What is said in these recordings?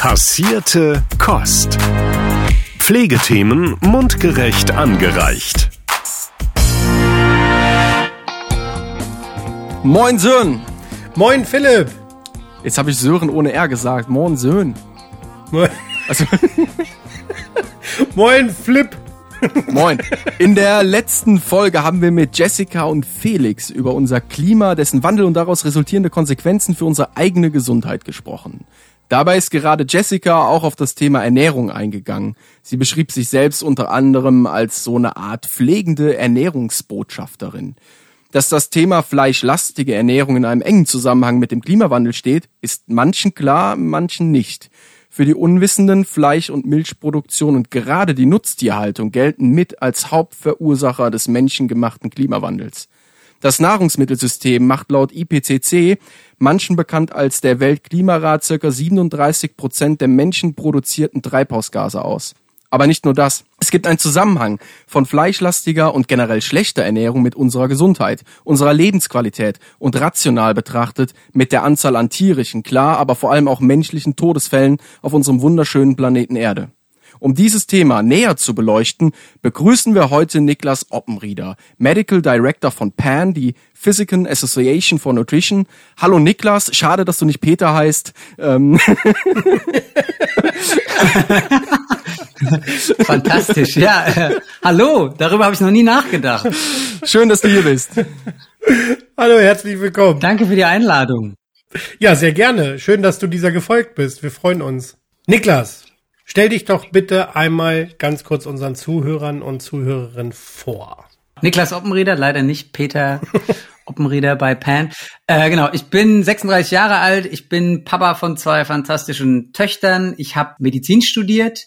Passierte Kost. Pflegethemen mundgerecht angereicht. Moin Sören. Moin Philipp. Jetzt habe ich Sören ohne R gesagt. Moin Sören. Also Moin Flip. Moin. In der letzten Folge haben wir mit Jessica und Felix über unser Klima, dessen Wandel und daraus resultierende Konsequenzen für unsere eigene Gesundheit gesprochen. Dabei ist gerade Jessica auch auf das Thema Ernährung eingegangen. Sie beschrieb sich selbst unter anderem als so eine Art pflegende Ernährungsbotschafterin. Dass das Thema fleischlastige Ernährung in einem engen Zusammenhang mit dem Klimawandel steht, ist manchen klar, manchen nicht. Für die Unwissenden Fleisch- und Milchproduktion und gerade die Nutztierhaltung gelten mit als Hauptverursacher des menschengemachten Klimawandels. Das Nahrungsmittelsystem macht laut IPCC, manchen bekannt als der Weltklimarat, ca. 37% der menschenproduzierten Treibhausgase aus. Aber nicht nur das. Es gibt einen Zusammenhang von fleischlastiger und generell schlechter Ernährung mit unserer Gesundheit, unserer Lebensqualität und rational betrachtet mit der Anzahl an tierischen, klar, aber vor allem auch menschlichen Todesfällen auf unserem wunderschönen Planeten Erde. Um dieses Thema näher zu beleuchten, begrüßen wir heute Niklas Oppenrieder, Medical Director von PAN, die Physical Association for Nutrition. Hallo Niklas, schade, dass du nicht Peter heißt. Fantastisch, ja. Hallo, darüber habe ich noch nie nachgedacht. Schön, dass du hier bist. Hallo, herzlich willkommen. Danke für die Einladung. Ja, sehr gerne. Schön, dass du dieser gefolgt bist. Wir freuen uns. Niklas, stell dich doch bitte einmal ganz kurz unseren Zuhörern und Zuhörerinnen vor. Niklas Oppenrieder, leider nicht Peter Oppenrieder bei PAN. Genau, ich bin 36 Jahre alt, ich bin Papa von 2 fantastischen Töchtern. Ich habe Medizin studiert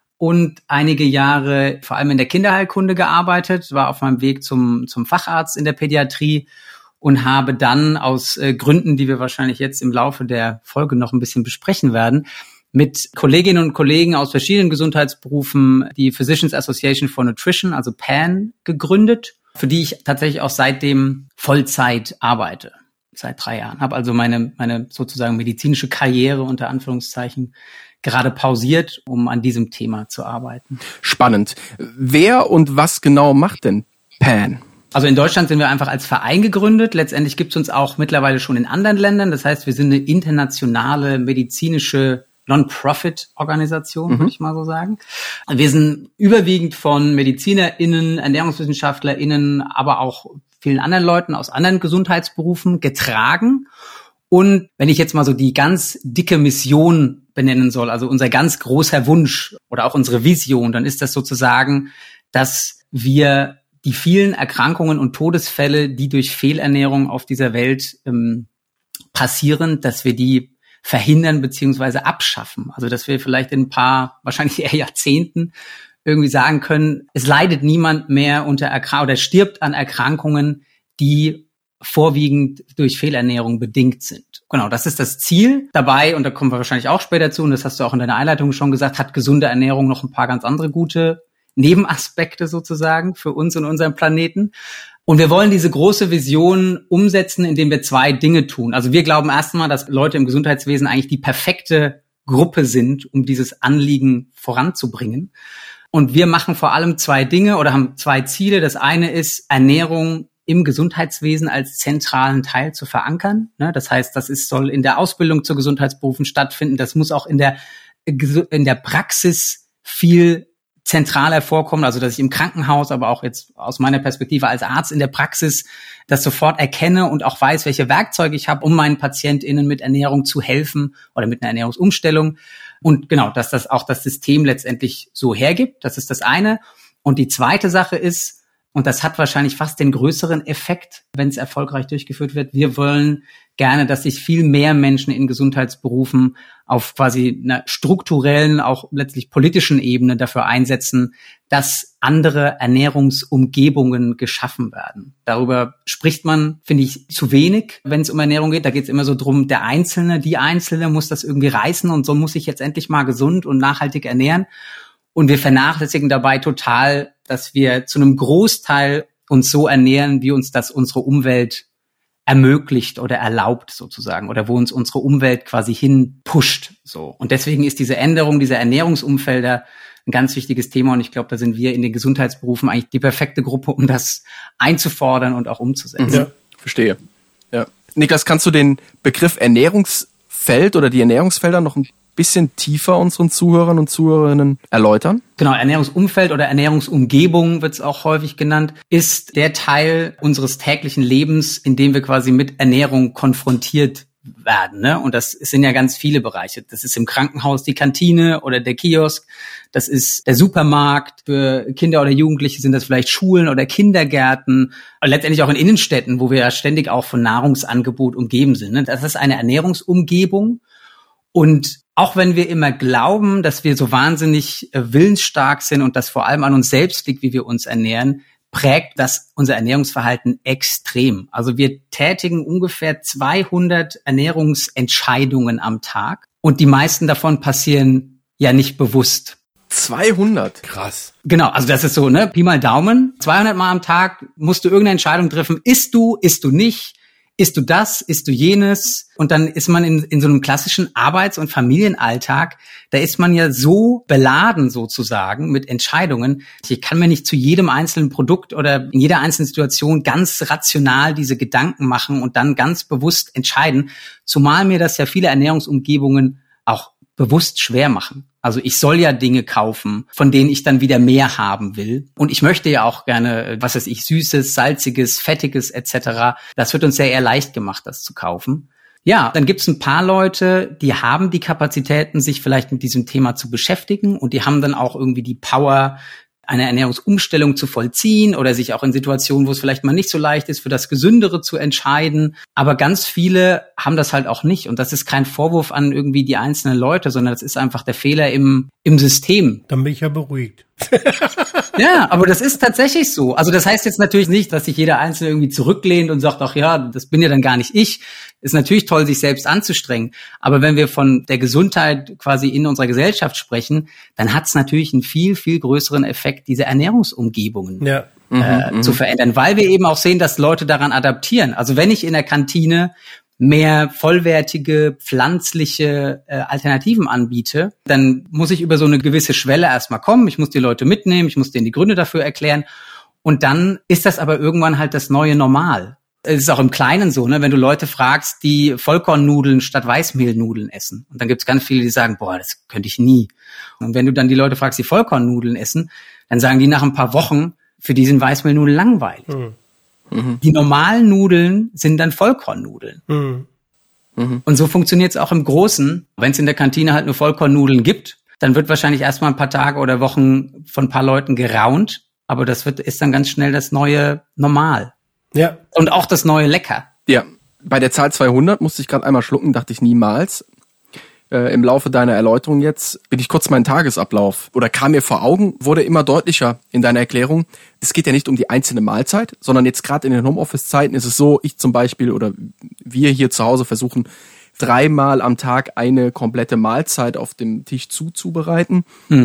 und einige Jahre vor allem in der Kinderheilkunde gearbeitet, war auf meinem Weg zum Facharzt in der Pädiatrie und habe dann aus Gründen, die wir wahrscheinlich jetzt im Laufe der Folge noch ein bisschen besprechen werden, mit Kolleginnen und Kollegen aus verschiedenen Gesundheitsberufen die Physicians Association for Nutrition, also PAN, gegründet, für die ich tatsächlich auch seitdem Vollzeit arbeite, seit 3 Jahren. Habe also meine sozusagen medizinische Karriere unter Anführungszeichen gerade pausiert, um an diesem Thema zu arbeiten. Spannend. Wer und was genau macht denn PAN? Also in Deutschland sind wir einfach als Verein gegründet. Letztendlich gibt es uns auch mittlerweile schon in anderen Ländern. Das heißt, wir sind eine internationale medizinische Non-Profit-Organisation, würde ich mal so sagen. Wir sind überwiegend von MedizinerInnen, ErnährungswissenschaftlerInnen, aber auch vielen anderen Leuten aus anderen Gesundheitsberufen getragen. Und wenn ich jetzt mal so die ganz dicke Mission benennen soll, also unser ganz großer Wunsch oder auch unsere Vision, dann ist das sozusagen, dass wir die vielen Erkrankungen und Todesfälle, die durch Fehlernährung auf dieser Welt passieren, dass wir die verhindern bzw. abschaffen. Also dass wir vielleicht in ein paar, wahrscheinlich eher Jahrzehnten irgendwie sagen können, es leidet niemand mehr unter oder stirbt an Erkrankungen, die vorwiegend durch Fehlernährung bedingt sind. Genau, das ist das Ziel dabei, und da kommen wir wahrscheinlich auch später zu, und das hast du auch in deiner Einleitung schon gesagt, hat gesunde Ernährung noch ein paar ganz andere gute Nebenaspekte sozusagen für uns und unseren Planeten. Und wir wollen diese große Vision umsetzen, indem wir 2 Dinge tun. Also wir glauben erstmal, dass Leute im Gesundheitswesen eigentlich die perfekte Gruppe sind, um dieses Anliegen voranzubringen. Und wir machen vor allem 2 Dinge oder haben 2 Ziele. Das eine ist, Ernährung im Gesundheitswesen als zentralen Teil zu verankern. Das heißt, soll in der Ausbildung zu Gesundheitsberufen stattfinden. Das muss auch in der Praxis viel zentraler vorkommen, also dass ich im Krankenhaus, aber auch jetzt aus meiner Perspektive als Arzt in der Praxis das sofort erkenne und auch weiß, welche Werkzeuge ich habe, um meinen PatientInnen mit Ernährung zu helfen oder mit einer Ernährungsumstellung. Und genau, dass das auch das System letztendlich so hergibt, das ist das eine. Und die zweite Sache ist, und das hat wahrscheinlich fast den größeren Effekt, wenn es erfolgreich durchgeführt wird, wir wollen gerne, dass sich viel mehr Menschen in Gesundheitsberufen auf quasi einer strukturellen, auch letztlich politischen Ebene dafür einsetzen, dass andere Ernährungsumgebungen geschaffen werden. Darüber spricht man, finde ich, zu wenig, wenn es um Ernährung geht. Da geht es immer so drum, der Einzelne, die Einzelne muss das irgendwie reißen und so muss ich jetzt endlich mal gesund und nachhaltig ernähren. Und wir vernachlässigen dabei total, dass wir zu einem Großteil uns so ernähren, wie uns das unsere Umwelt ermöglicht oder erlaubt sozusagen oder wo uns unsere Umwelt quasi hin pusht. So. Und deswegen ist diese Änderung dieser Ernährungsumfelder ein ganz wichtiges Thema und ich glaube, da sind wir in den Gesundheitsberufen eigentlich die perfekte Gruppe, um das einzufordern und auch umzusetzen. Ja, verstehe. Ja. Niklas, kannst du den Begriff Ernährungsfeld oder die Ernährungsfelder noch ein bisschen tiefer unseren Zuhörern und Zuhörerinnen erläutern? Genau, Ernährungsumfeld oder Ernährungsumgebung wird es auch häufig genannt, ist der Teil unseres täglichen Lebens, in dem wir quasi mit Ernährung konfrontiert werden, ne? Und das sind ja ganz viele Bereiche. Das ist im Krankenhaus die Kantine oder der Kiosk. Das ist der Supermarkt. Für Kinder oder Jugendliche sind das vielleicht Schulen oder Kindergärten. Und letztendlich auch in Innenstädten, wo wir ja ständig auch von Nahrungsangebot umgeben sind, ne? Das ist eine Ernährungsumgebung. Und auch wenn wir immer glauben, dass wir so wahnsinnig willensstark sind und dass vor allem an uns selbst liegt, wie wir uns ernähren, prägt das unser Ernährungsverhalten extrem. Also wir tätigen ungefähr 200 Ernährungsentscheidungen am Tag und die meisten davon passieren ja nicht bewusst. 200? Krass. Genau, also das ist so, ne, Pi mal Daumen. 200 Mal am Tag musst du irgendeine Entscheidung treffen. Isst du nicht? Isst du das? Isst du jenes? Und dann ist man in so einem klassischen Arbeits- und Familienalltag, da ist man ja so beladen sozusagen mit Entscheidungen. Ich kann mir nicht zu jedem einzelnen Produkt oder in jeder einzelnen Situation ganz rational diese Gedanken machen und dann ganz bewusst entscheiden. Zumal mir das ja viele Ernährungsumgebungen auch bewusst schwer machen. Also ich soll ja Dinge kaufen, von denen ich dann wieder mehr haben will. Und ich möchte ja auch gerne, was weiß ich, Süßes, Salziges, Fettiges etc. Das wird uns ja eher leicht gemacht, das zu kaufen. Ja, dann gibt es ein paar Leute, die haben die Kapazitäten, sich vielleicht mit diesem Thema zu beschäftigen und die haben dann auch irgendwie die Power, eine Ernährungsumstellung zu vollziehen oder sich auch in Situationen, wo es vielleicht mal nicht so leicht ist, für das Gesündere zu entscheiden. Aber ganz viele haben das halt auch nicht. Und das ist kein Vorwurf an irgendwie die einzelnen Leute, sondern das ist einfach der Fehler im System. Dann bin ich ja beruhigt. Ja, aber das ist tatsächlich so. Also das heißt jetzt natürlich nicht, dass sich jeder Einzelne irgendwie zurücklehnt und sagt, ach ja, das bin ja dann gar nicht ich. Ist natürlich toll, sich selbst anzustrengen. Aber wenn wir von der Gesundheit quasi in unserer Gesellschaft sprechen, dann hat es natürlich einen viel, viel größeren Effekt, diese Ernährungsumgebungen zu verändern. Weil wir eben auch sehen, dass Leute daran adaptieren. Also wenn ich in der Kantine mehr vollwertige, pflanzliche Alternativen anbiete, dann muss ich über so eine gewisse Schwelle erstmal kommen. Ich muss die Leute mitnehmen, ich muss denen die Gründe dafür erklären. Und dann ist das aber irgendwann halt das neue Normal. Es ist auch im Kleinen so, ne, wenn du Leute fragst, die Vollkornnudeln statt Weißmehlnudeln essen. Und dann gibt es ganz viele, die sagen, boah, das könnte ich nie. Und wenn du dann die Leute fragst, die Vollkornnudeln essen, dann sagen die nach ein paar Wochen, für die sind Weißmehlnudeln langweilig. Die normalen Nudeln sind dann Vollkornnudeln. Und so funktioniert es auch im Großen. Wenn es in der Kantine halt nur Vollkornnudeln gibt, dann wird wahrscheinlich erstmal ein paar Tage oder Wochen von ein paar Leuten geraunt. Aber das ist dann ganz schnell das neue Normal. Ja. Und auch das neue Lecker. Ja, bei der Zahl 200 musste ich gerade einmal schlucken, dachte ich niemals. Im Laufe deiner Erläuterung jetzt bin ich kurz meinen Tagesablauf oder kam mir vor Augen, wurde immer deutlicher in deiner Erklärung. Es geht ja nicht um die einzelne Mahlzeit, sondern jetzt gerade in den Homeoffice-Zeiten ist es so, ich zum Beispiel oder wir hier zu Hause versuchen 3-mal am Tag eine komplette Mahlzeit auf dem Tisch zuzubereiten.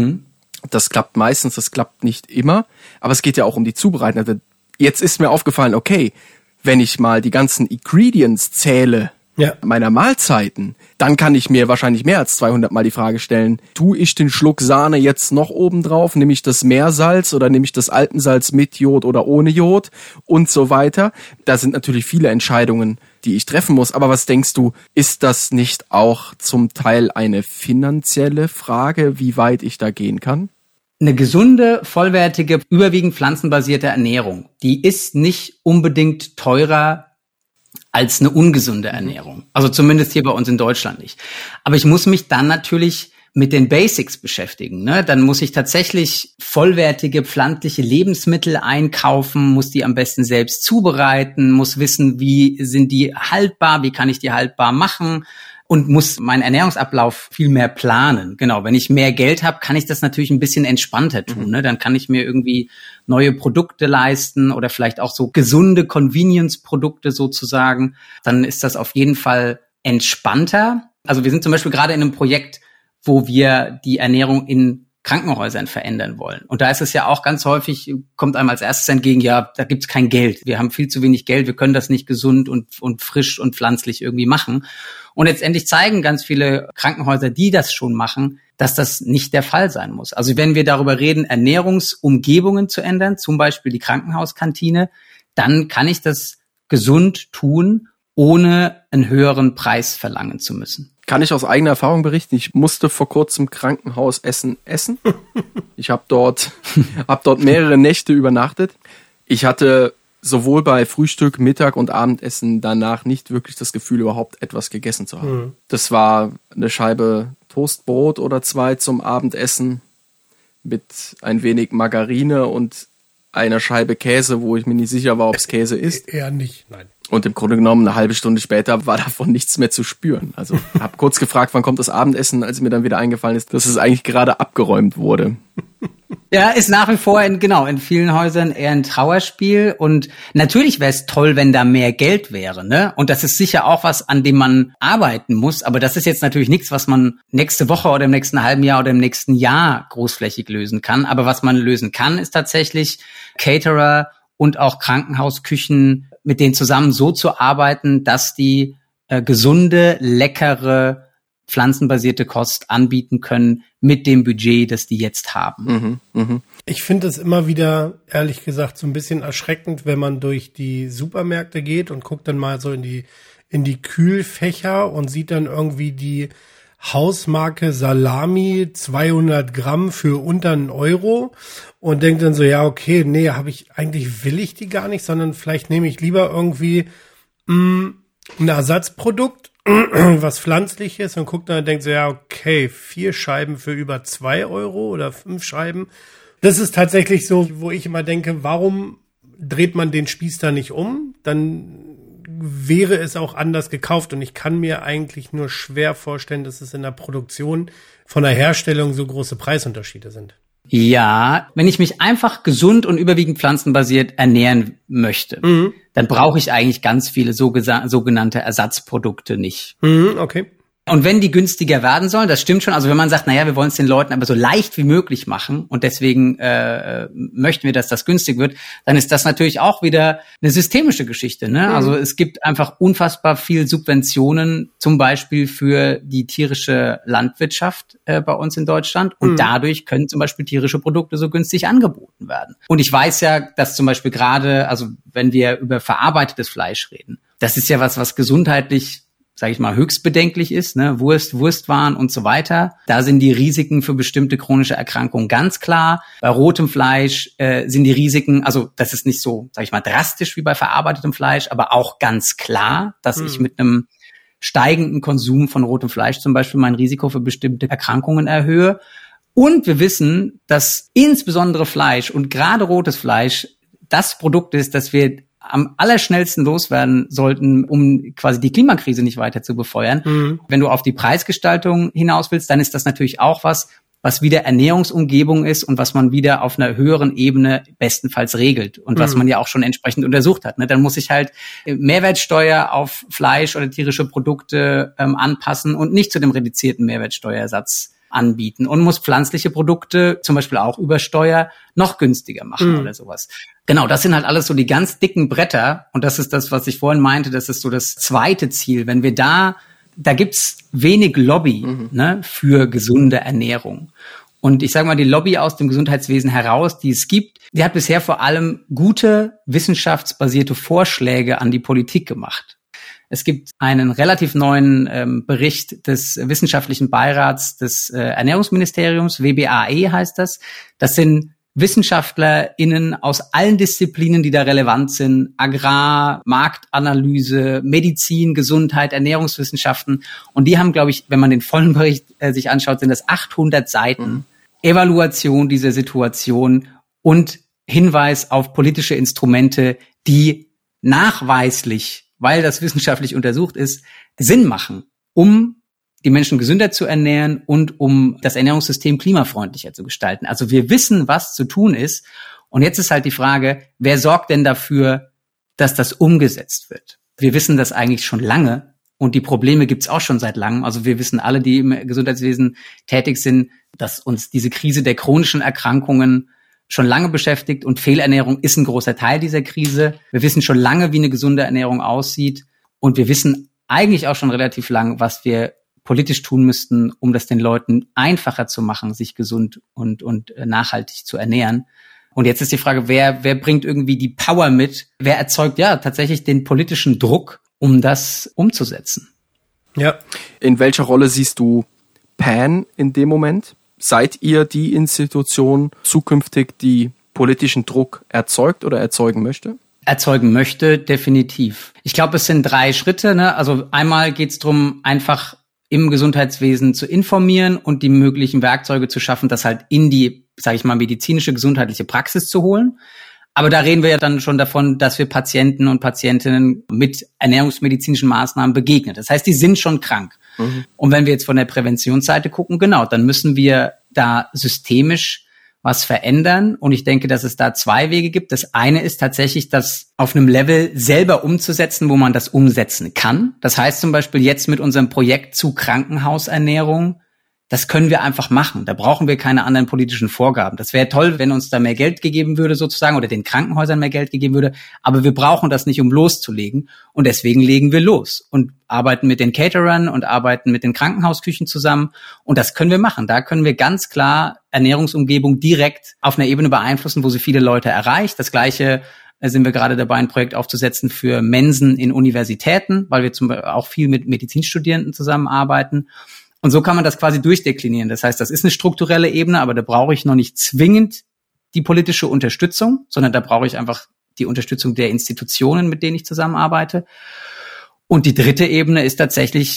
Das klappt meistens, das klappt nicht immer, aber es geht ja auch um die Zubereitung. Also jetzt ist mir aufgefallen, okay, wenn ich mal die ganzen Ingredients zähle, meiner Mahlzeiten, dann kann ich mir wahrscheinlich mehr als 200 Mal die Frage stellen, tue ich den Schluck Sahne jetzt noch oben drauf, nehme ich das Meersalz oder nehme ich das Alpensalz mit Jod oder ohne Jod und so weiter. Da sind natürlich viele Entscheidungen, die ich treffen muss. Aber was denkst du, ist das nicht auch zum Teil eine finanzielle Frage, wie weit ich da gehen kann? Eine gesunde, vollwertige, überwiegend pflanzenbasierte Ernährung, die ist nicht unbedingt teurer als eine ungesunde Ernährung. Also zumindest hier bei uns in Deutschland nicht. Aber ich muss mich dann natürlich mit den Basics beschäftigen, ne? Dann muss ich tatsächlich vollwertige pflanzliche Lebensmittel einkaufen, muss die am besten selbst zubereiten, muss wissen, wie sind die haltbar, wie kann ich die haltbar machen und muss meinen Ernährungsablauf viel mehr planen. Genau, wenn ich mehr Geld habe, kann ich das natürlich ein bisschen entspannter tun, ne? Dann kann ich mir irgendwie neue Produkte leisten oder vielleicht auch so gesunde Convenience-Produkte sozusagen. Dann ist das auf jeden Fall entspannter. Also wir sind zum Beispiel gerade in einem Projekt, wo wir die Ernährung in Krankenhäusern verändern wollen. Und da ist es ja auch ganz häufig, kommt einem als erstes entgegen, ja, da gibt's kein Geld. Wir haben viel zu wenig Geld, wir können das nicht gesund und frisch und pflanzlich irgendwie machen. Und letztendlich zeigen ganz viele Krankenhäuser, die das schon machen, dass das nicht der Fall sein muss. Also wenn wir darüber reden, Ernährungsumgebungen zu ändern, zum Beispiel die Krankenhauskantine, dann kann ich das gesund tun, ohne einen höheren Preis verlangen zu müssen. Kann ich aus eigener Erfahrung berichten, ich musste vor kurzem Krankenhausessen essen. Ich habe dort mehrere Nächte übernachtet. Ich hatte sowohl bei Frühstück, Mittag und Abendessen danach nicht wirklich das Gefühl, überhaupt etwas gegessen zu haben. Das war eine Scheibe Toastbrot oder 2 zum Abendessen mit ein wenig Margarine und einer Scheibe Käse, wo ich mir nicht sicher war, ob es Käse ist. Eher nicht, nein. Und im Grunde genommen eine halbe Stunde später war davon nichts mehr zu spüren. Also habe kurz gefragt, wann kommt das Abendessen, als mir dann wieder eingefallen ist, dass es eigentlich gerade abgeräumt wurde. Ja, ist nach wie vor in vielen Häusern eher ein Trauerspiel. Und natürlich wäre es toll, wenn da mehr Geld wäre, ne? Und das ist sicher auch was, an dem man arbeiten muss. Aber das ist jetzt natürlich nichts, was man nächste Woche oder im nächsten halben Jahr oder im nächsten Jahr großflächig lösen kann. Aber was man lösen kann, ist tatsächlich Caterer und auch Krankenhausküchen, mit denen zusammen so zu arbeiten, dass die gesunde, leckere, pflanzenbasierte Kost anbieten können mit dem Budget, das die jetzt haben. Ich finde es immer wieder, ehrlich gesagt, so ein bisschen erschreckend, wenn man durch die Supermärkte geht und guckt dann mal so in die Kühlfächer und sieht dann irgendwie die Hausmarke Salami 200 Gramm für unter €1 und denkt dann so, ja, okay, nee, will ich die gar nicht, sondern vielleicht nehme ich lieber irgendwie ein Ersatzprodukt, was pflanzlich ist und guckt dann und denkt so, ja, okay, 4 Scheiben für über 2 € oder 5 Scheiben. Das ist tatsächlich so, wo ich immer denke, warum dreht man den Spieß da nicht um? Dann wäre es auch anders gekauft und ich kann mir eigentlich nur schwer vorstellen, dass es in der Produktion von der Herstellung so große Preisunterschiede sind. Ja, wenn ich mich einfach gesund und überwiegend pflanzenbasiert ernähren möchte, dann brauche ich eigentlich ganz viele sogenannte Ersatzprodukte nicht. Okay. Und wenn die günstiger werden sollen, das stimmt schon, also wenn man sagt, naja, wir wollen es den Leuten aber so leicht wie möglich machen und deswegen möchten wir, dass das günstig wird, dann ist das natürlich auch wieder eine systemische Geschichte, ne? Also es gibt einfach unfassbar viel Subventionen, zum Beispiel für die tierische Landwirtschaft bei uns in Deutschland und dadurch können zum Beispiel tierische Produkte so günstig angeboten werden. Und ich weiß ja, dass zum Beispiel gerade, also wenn wir über verarbeitetes Fleisch reden, das ist ja was gesundheitlich, sage ich mal, höchst bedenklich ist, ne? Wurstwaren und so weiter. Da sind die Risiken für bestimmte chronische Erkrankungen ganz klar. Bei rotem Fleisch sind die Risiken, also das ist nicht so, sage ich mal, drastisch wie bei verarbeitetem Fleisch, aber auch ganz klar, dass ich mit einem steigenden Konsum von rotem Fleisch zum Beispiel mein Risiko für bestimmte Erkrankungen erhöhe. Und wir wissen, dass insbesondere Fleisch und gerade rotes Fleisch das Produkt ist, das wir am allerschnellsten loswerden sollten, um quasi die Klimakrise nicht weiter zu befeuern. Wenn du auf die Preisgestaltung hinaus willst, dann ist das natürlich auch was wieder Ernährungsumgebung ist und was man wieder auf einer höheren Ebene bestenfalls regelt und was man ja auch schon entsprechend untersucht hat. Ne? Dann muss ich halt Mehrwertsteuer auf Fleisch oder tierische Produkte anpassen und nicht zu dem reduzierten Mehrwertsteuersatz anbieten und muss pflanzliche Produkte zum Beispiel auch über Steuer noch günstiger machen oder sowas. Genau, das sind halt alles so die ganz dicken Bretter und das ist das, was ich vorhin meinte, das ist so das zweite Ziel. Wenn wir da gibt's wenig Lobby ne, für gesunde Ernährung. Und ich sage mal, die Lobby aus dem Gesundheitswesen heraus, die es gibt, die hat bisher vor allem gute wissenschaftsbasierte Vorschläge an die Politik gemacht. Es gibt einen relativ neuen Bericht des Wissenschaftlichen Beirats des Ernährungsministeriums, WBAE heißt das. Das sind WissenschaftlerInnen aus allen Disziplinen, die da relevant sind. Agrar, Marktanalyse, Medizin, Gesundheit, Ernährungswissenschaften. Und die haben, glaube ich, wenn man den vollen Bericht sich anschaut, sind das 800 Seiten. Evaluation dieser Situation und Hinweis auf politische Instrumente, die nachweislich, weil das wissenschaftlich untersucht ist, Sinn machen, um die Menschen gesünder zu ernähren und um das Ernährungssystem klimafreundlicher zu gestalten. Also wir wissen, was zu tun ist. Und jetzt ist halt die Frage, wer sorgt denn dafür, dass das umgesetzt wird? Wir wissen das eigentlich schon lange, Und die Probleme gibt's auch schon seit langem. Also wir wissen alle, die im Gesundheitswesen tätig sind, dass uns diese Krise der chronischen Erkrankungen schon lange beschäftigt und Fehlernährung ist ein großer Teil dieser Krise. Wir wissen schon lange, wie eine gesunde Ernährung aussieht und wir wissen eigentlich auch schon relativ lang, was wir politisch tun müssten, um das den Leuten einfacher zu machen, sich gesund und nachhaltig zu ernähren. Und jetzt ist die Frage, wer bringt irgendwie die Power mit? Wer erzeugt ja tatsächlich den politischen Druck, um das umzusetzen? Ja. In welcher Rolle siehst du PAN in dem Moment? Seid ihr die Institution zukünftig, die politischen Druck erzeugt oder erzeugen möchte? Erzeugen möchte, definitiv. Ich glaube, es sind 3 Schritte. Ne? Also einmal geht es darum, einfach im Gesundheitswesen zu informieren und die möglichen Werkzeuge zu schaffen, das halt in die, sage ich mal, medizinische, gesundheitliche Praxis zu holen. Aber da reden wir ja dann schon davon, dass wir Patienten und Patientinnen mit ernährungsmedizinischen Maßnahmen begegnen. Das heißt, die sind schon krank. Mhm. Und wenn wir jetzt von der Präventionsseite gucken, genau, dann müssen wir da systemisch was verändern. Und ich denke, dass es da 2 Wege gibt. Das eine ist tatsächlich, das auf einem Level selber umzusetzen, wo man das umsetzen kann. Das heißt zum Beispiel jetzt mit unserem Projekt zu Krankenhausernährung, das können wir einfach machen. Da brauchen wir keine anderen politischen Vorgaben. Das wäre toll, wenn uns da mehr Geld gegeben würde sozusagen oder den Krankenhäusern mehr Geld gegeben würde. Aber wir brauchen das nicht, um loszulegen. Und deswegen legen wir los und arbeiten mit den Caterern und arbeiten mit den Krankenhausküchen zusammen. Und das können wir machen. Da können wir ganz klar Ernährungsumgebung direkt auf einer Ebene beeinflussen, wo sie viele Leute erreicht. Das Gleiche sind wir gerade dabei, ein Projekt aufzusetzen für Mensen in Universitäten, weil wir zum Beispiel auch viel mit Medizinstudierenden zusammenarbeiten. Und so kann man das quasi durchdeklinieren. Das heißt, das ist eine strukturelle Ebene, aber da brauche ich noch nicht zwingend die politische Unterstützung, sondern da brauche ich einfach die Unterstützung der Institutionen, mit denen ich zusammenarbeite. Und die dritte Ebene ist tatsächlich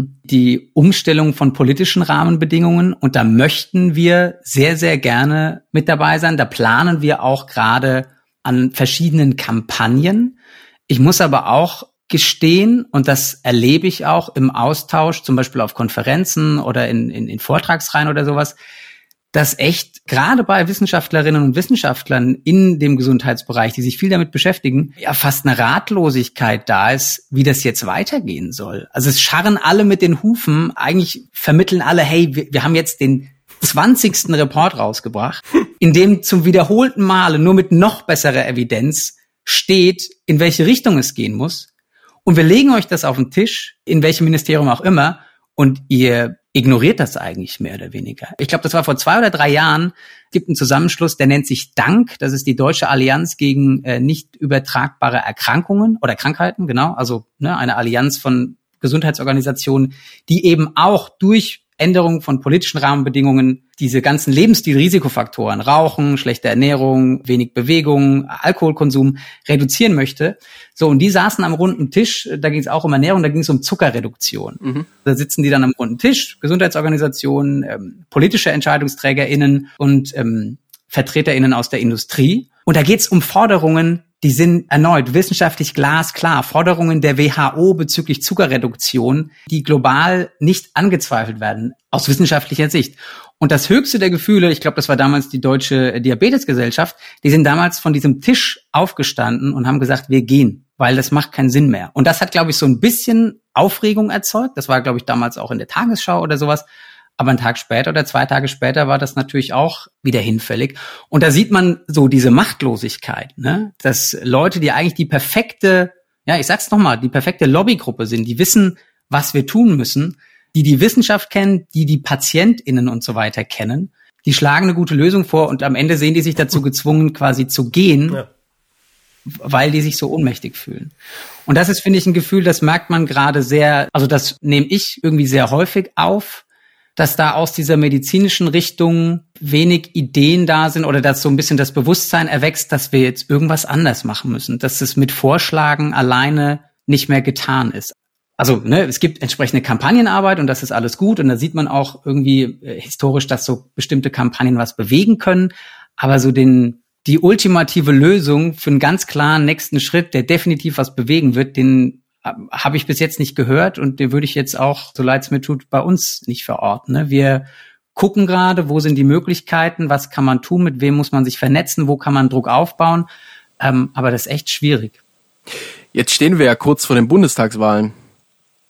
die Umstellung von politischen Rahmenbedingungen. Und da möchten wir sehr, sehr gerne mit dabei sein. Da planen wir auch gerade an verschiedenen Kampagnen. Ich muss aber auch gestehen, und das erlebe ich auch im Austausch, zum Beispiel auf Konferenzen oder in Vortragsreihen oder sowas, dass echt gerade bei Wissenschaftlerinnen und Wissenschaftlern in dem Gesundheitsbereich, die sich viel damit beschäftigen, ja fast eine Ratlosigkeit da ist, wie das jetzt weitergehen soll. Also es scharren alle mit den Hufen, eigentlich vermitteln alle, hey, wir haben jetzt den 20. Report rausgebracht, in dem zum wiederholten Male nur mit noch besserer Evidenz steht, in welche Richtung es gehen muss. Und wir legen euch das auf den Tisch, in welchem Ministerium auch immer, und ihr ignoriert das eigentlich mehr oder weniger. Ich glaube, das war vor 2 oder 3 Jahren. Es gibt einen Zusammenschluss, der nennt sich DANK. Das ist die Deutsche Allianz gegen nicht übertragbare Erkrankungen oder Krankheiten, genau. Also eine Allianz von Gesundheitsorganisationen, die eben auch durch Änderung von politischen Rahmenbedingungen diese ganzen Lebensstil-Risikofaktoren, Rauchen, schlechte Ernährung, wenig Bewegung, Alkoholkonsum reduzieren möchte. So, und die saßen am runden Tisch, da ging es auch um Ernährung, da ging es um Zuckerreduktion. Mhm. Da sitzen die dann am runden Tisch, Gesundheitsorganisationen, politische EntscheidungsträgerInnen und VertreterInnen aus der Industrie. Und da geht es um Forderungen, die sind erneut wissenschaftlich glasklar. Forderungen der WHO bezüglich Zuckerreduktion, die global nicht angezweifelt werden, aus wissenschaftlicher Sicht. Und das höchste der Gefühle, ich glaube, das war damals die Deutsche Diabetesgesellschaft, die sind damals von diesem Tisch aufgestanden und haben gesagt, wir gehen, weil das macht keinen Sinn mehr. Und das hat, glaube ich, so ein bisschen Aufregung erzeugt. Das war, glaube ich, damals auch in der Tagesschau oder sowas. Aber einen Tag später oder 2 Tage später war das natürlich auch wieder hinfällig. Und da sieht man so diese Machtlosigkeit, ne? Dass Leute, die eigentlich die perfekte, ja, ich sag's nochmal, die perfekte Lobbygruppe sind, die wissen, was wir tun müssen, die Wissenschaft kennen, die PatientInnen und so weiter kennen, die schlagen eine gute Lösung vor und am Ende sehen die sich dazu gezwungen, quasi zu gehen, ja, weil die sich so ohnmächtig fühlen. Und das ist, finde ich, ein Gefühl, das merkt man gerade sehr, also das nehme ich irgendwie sehr häufig auf, dass da aus dieser medizinischen Richtung wenig Ideen da sind oder dass so ein bisschen das Bewusstsein erwächst, dass wir jetzt irgendwas anders machen müssen, dass es mit Vorschlagen alleine nicht mehr getan ist. Also es gibt entsprechende Kampagnenarbeit und das ist alles gut und da sieht man auch irgendwie historisch, dass so bestimmte Kampagnen was bewegen können, aber so die ultimative Lösung für einen ganz klaren nächsten Schritt, der definitiv was bewegen wird, den habe ich bis jetzt nicht gehört und den würde ich jetzt auch, so leid es mir tut, bei uns nicht verorten. Wir gucken gerade, wo sind die Möglichkeiten, was kann man tun, mit wem muss man sich vernetzen, wo kann man Druck aufbauen, aber das ist echt schwierig. Jetzt stehen wir ja kurz vor den Bundestagswahlen.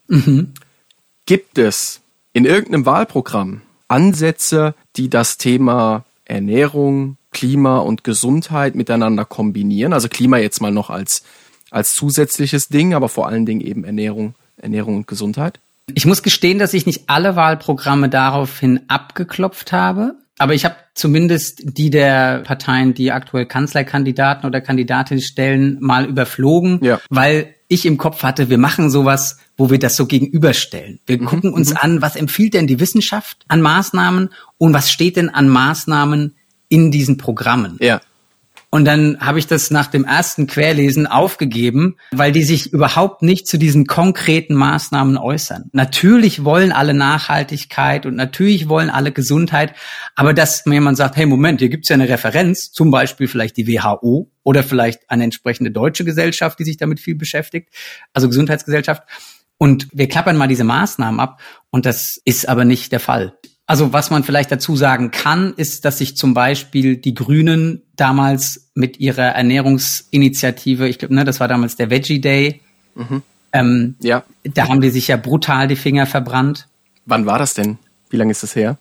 Gibt es in irgendeinem Wahlprogramm Ansätze, die das Thema Ernährung, Klima und Gesundheit miteinander kombinieren? Also Klima jetzt mal noch als zusätzliches Ding, aber vor allen Dingen eben Ernährung und Gesundheit? Ich muss gestehen, dass ich nicht alle Wahlprogramme daraufhin abgeklopft habe. Aber ich habe zumindest die der Parteien, die aktuell Kanzlerkandidaten oder Kandidatinnen stellen, mal überflogen, weil ich im Kopf hatte, wir machen sowas, wo wir das so gegenüberstellen. Wir gucken uns an, was empfiehlt denn die Wissenschaft an Maßnahmen und was steht denn an Maßnahmen in diesen Programmen. Ja. Und dann habe ich das nach dem ersten Querlesen aufgegeben, weil die sich überhaupt nicht zu diesen konkreten Maßnahmen äußern. Natürlich wollen alle Nachhaltigkeit und natürlich wollen alle Gesundheit, aber dass jemand sagt, hey Moment, hier gibt's ja eine Referenz, zum Beispiel vielleicht die WHO oder vielleicht eine entsprechende deutsche Gesellschaft, die sich damit viel beschäftigt, also Gesundheitsgesellschaft. Und wir klappern mal diese Maßnahmen ab und das ist aber nicht der Fall. Also was man vielleicht dazu sagen kann, ist, dass sich zum Beispiel die Grünen damals mit ihrer Ernährungsinitiative, ich glaube, das war damals der Veggie Day, da haben die sich ja brutal die Finger verbrannt. Wann war das denn? Wie lange ist das her?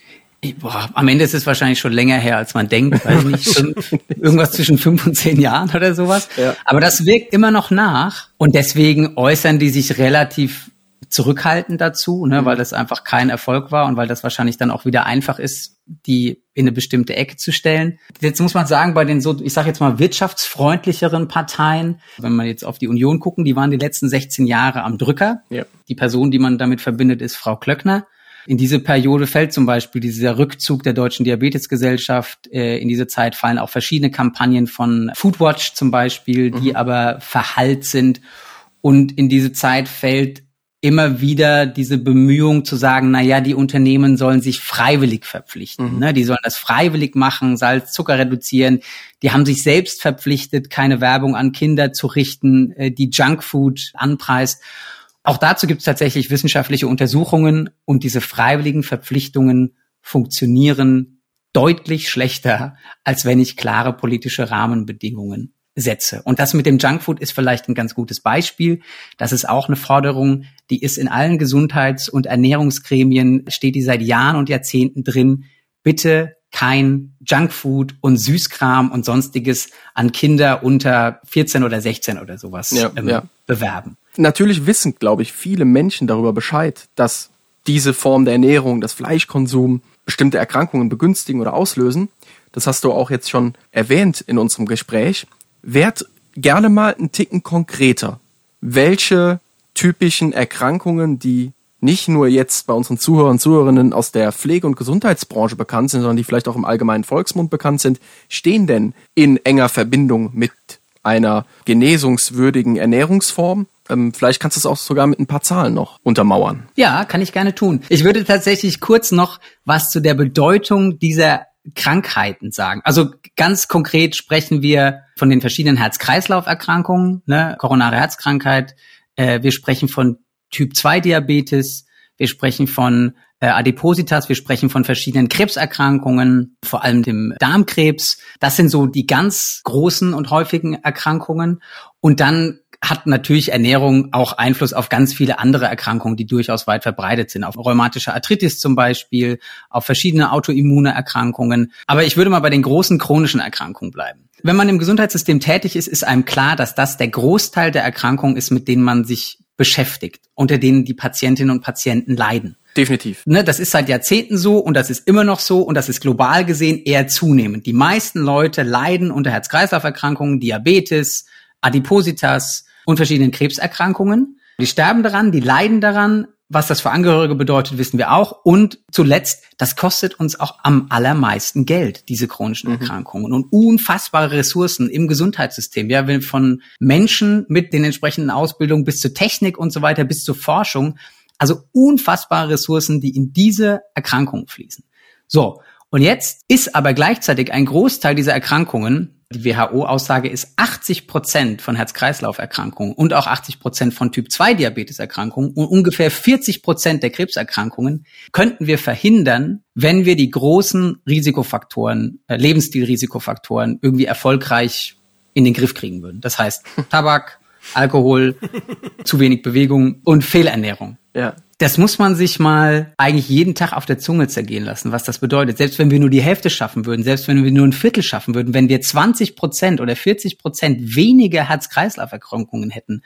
Am Ende ist es wahrscheinlich schon länger her, als man denkt, weiß nicht, schon irgendwas zwischen 5 und 10 Jahren oder sowas. Ja. Aber das wirkt immer noch nach und deswegen äußern die sich relativ zurückhaltend dazu, weil das einfach kein Erfolg war und weil das wahrscheinlich dann auch wieder einfach ist, die in eine bestimmte Ecke zu stellen. Jetzt muss man sagen, bei den so, ich sage jetzt mal wirtschaftsfreundlicheren Parteien, wenn man jetzt auf die Union gucken, die waren die letzten 16 Jahre am Drücker. Ja. Die Person, die man damit verbindet, ist Frau Klöckner. In diese Periode fällt zum Beispiel dieser Rückzug der Deutschen Diabetesgesellschaft. In diese Zeit fallen auch verschiedene Kampagnen von Foodwatch zum Beispiel, die aber verhallt sind. Und in diese Zeit fällt immer wieder diese Bemühung zu sagen, die Unternehmen sollen sich freiwillig verpflichten. Die sollen das freiwillig machen, Salz, Zucker reduzieren. Die haben sich selbst verpflichtet, keine Werbung an Kinder zu richten, die Junkfood anpreist. Auch dazu gibt es tatsächlich wissenschaftliche Untersuchungen und diese freiwilligen Verpflichtungen funktionieren deutlich schlechter, als wenn ich klare politische Rahmenbedingungen setze. Und das mit dem Junkfood ist vielleicht ein ganz gutes Beispiel. Das ist auch eine Forderung, die ist in allen Gesundheits- und Ernährungsgremien, steht die seit Jahren und Jahrzehnten drin. Bitte kein Junkfood und Süßkram und Sonstiges an Kinder unter 14 oder 16 oder sowas bewerben. Natürlich wissen, glaube ich, viele Menschen darüber Bescheid, dass diese Form der Ernährung, das Fleischkonsum, bestimmte Erkrankungen begünstigen oder auslösen. Das hast du auch jetzt schon erwähnt in unserem Gespräch. Werd gerne mal einen Ticken konkreter. Welche typischen Erkrankungen, die nicht nur jetzt bei unseren Zuhörern und Zuhörerinnen aus der Pflege- und Gesundheitsbranche bekannt sind, sondern die vielleicht auch im allgemeinen Volksmund bekannt sind, stehen denn in enger Verbindung mit einer genesungswürdigen Ernährungsform? Vielleicht kannst du es auch sogar mit ein paar Zahlen noch untermauern. Ja, kann ich gerne tun. Ich würde tatsächlich kurz noch was zu der Bedeutung dieser Krankheiten sagen. Also ganz konkret sprechen wir von den verschiedenen Herz-Kreislauf-Erkrankungen, koronare Herzkrankheit. Wir sprechen von Typ-2-Diabetes. Wir sprechen von Adipositas. Wir sprechen von verschiedenen Krebserkrankungen, vor allem dem Darmkrebs. Das sind so die ganz großen und häufigen Erkrankungen. Und dann hat natürlich Ernährung auch Einfluss auf ganz viele andere Erkrankungen, die durchaus weit verbreitet sind. Auf rheumatische Arthritis zum Beispiel, auf verschiedene autoimmune Erkrankungen. Aber ich würde mal bei den großen chronischen Erkrankungen bleiben. Wenn man im Gesundheitssystem tätig ist, ist einem klar, dass das der Großteil der Erkrankungen ist, mit denen man sich beschäftigt, unter denen die Patientinnen und Patienten leiden. Definitiv. Das ist seit Jahrzehnten so und das ist immer noch so und das ist global gesehen eher zunehmend. Die meisten Leute leiden unter Herz-Kreislauf-Erkrankungen, Diabetes, Adipositas und verschiedenen Krebserkrankungen. Die sterben daran, die leiden daran. Was das für Angehörige bedeutet, wissen wir auch. Und zuletzt, das kostet uns auch am allermeisten Geld, diese chronischen Erkrankungen. Und unfassbare Ressourcen im Gesundheitssystem. Ja, von Menschen mit den entsprechenden Ausbildungen bis zur Technik und so weiter, bis zur Forschung. Also unfassbare Ressourcen, die in diese Erkrankungen fließen. So, und jetzt ist aber gleichzeitig ein Großteil dieser Erkrankungen, die WHO-Aussage ist 80% von Herz-Kreislauf-Erkrankungen und auch 80% von Typ-2-Diabetes-Erkrankungen und ungefähr 40% der Krebserkrankungen könnten wir verhindern, wenn wir die großen Risikofaktoren, Lebensstilrisikofaktoren irgendwie erfolgreich in den Griff kriegen würden. Das heißt Tabak, Alkohol, zu wenig Bewegung und Fehlernährung. Ja. Das muss man sich mal eigentlich jeden Tag auf der Zunge zergehen lassen, was das bedeutet. Selbst wenn wir nur die Hälfte schaffen würden, selbst wenn wir nur ein Viertel schaffen würden, wenn wir 20% oder 40% weniger Herz-Kreislauf-Erkrankungen hätten,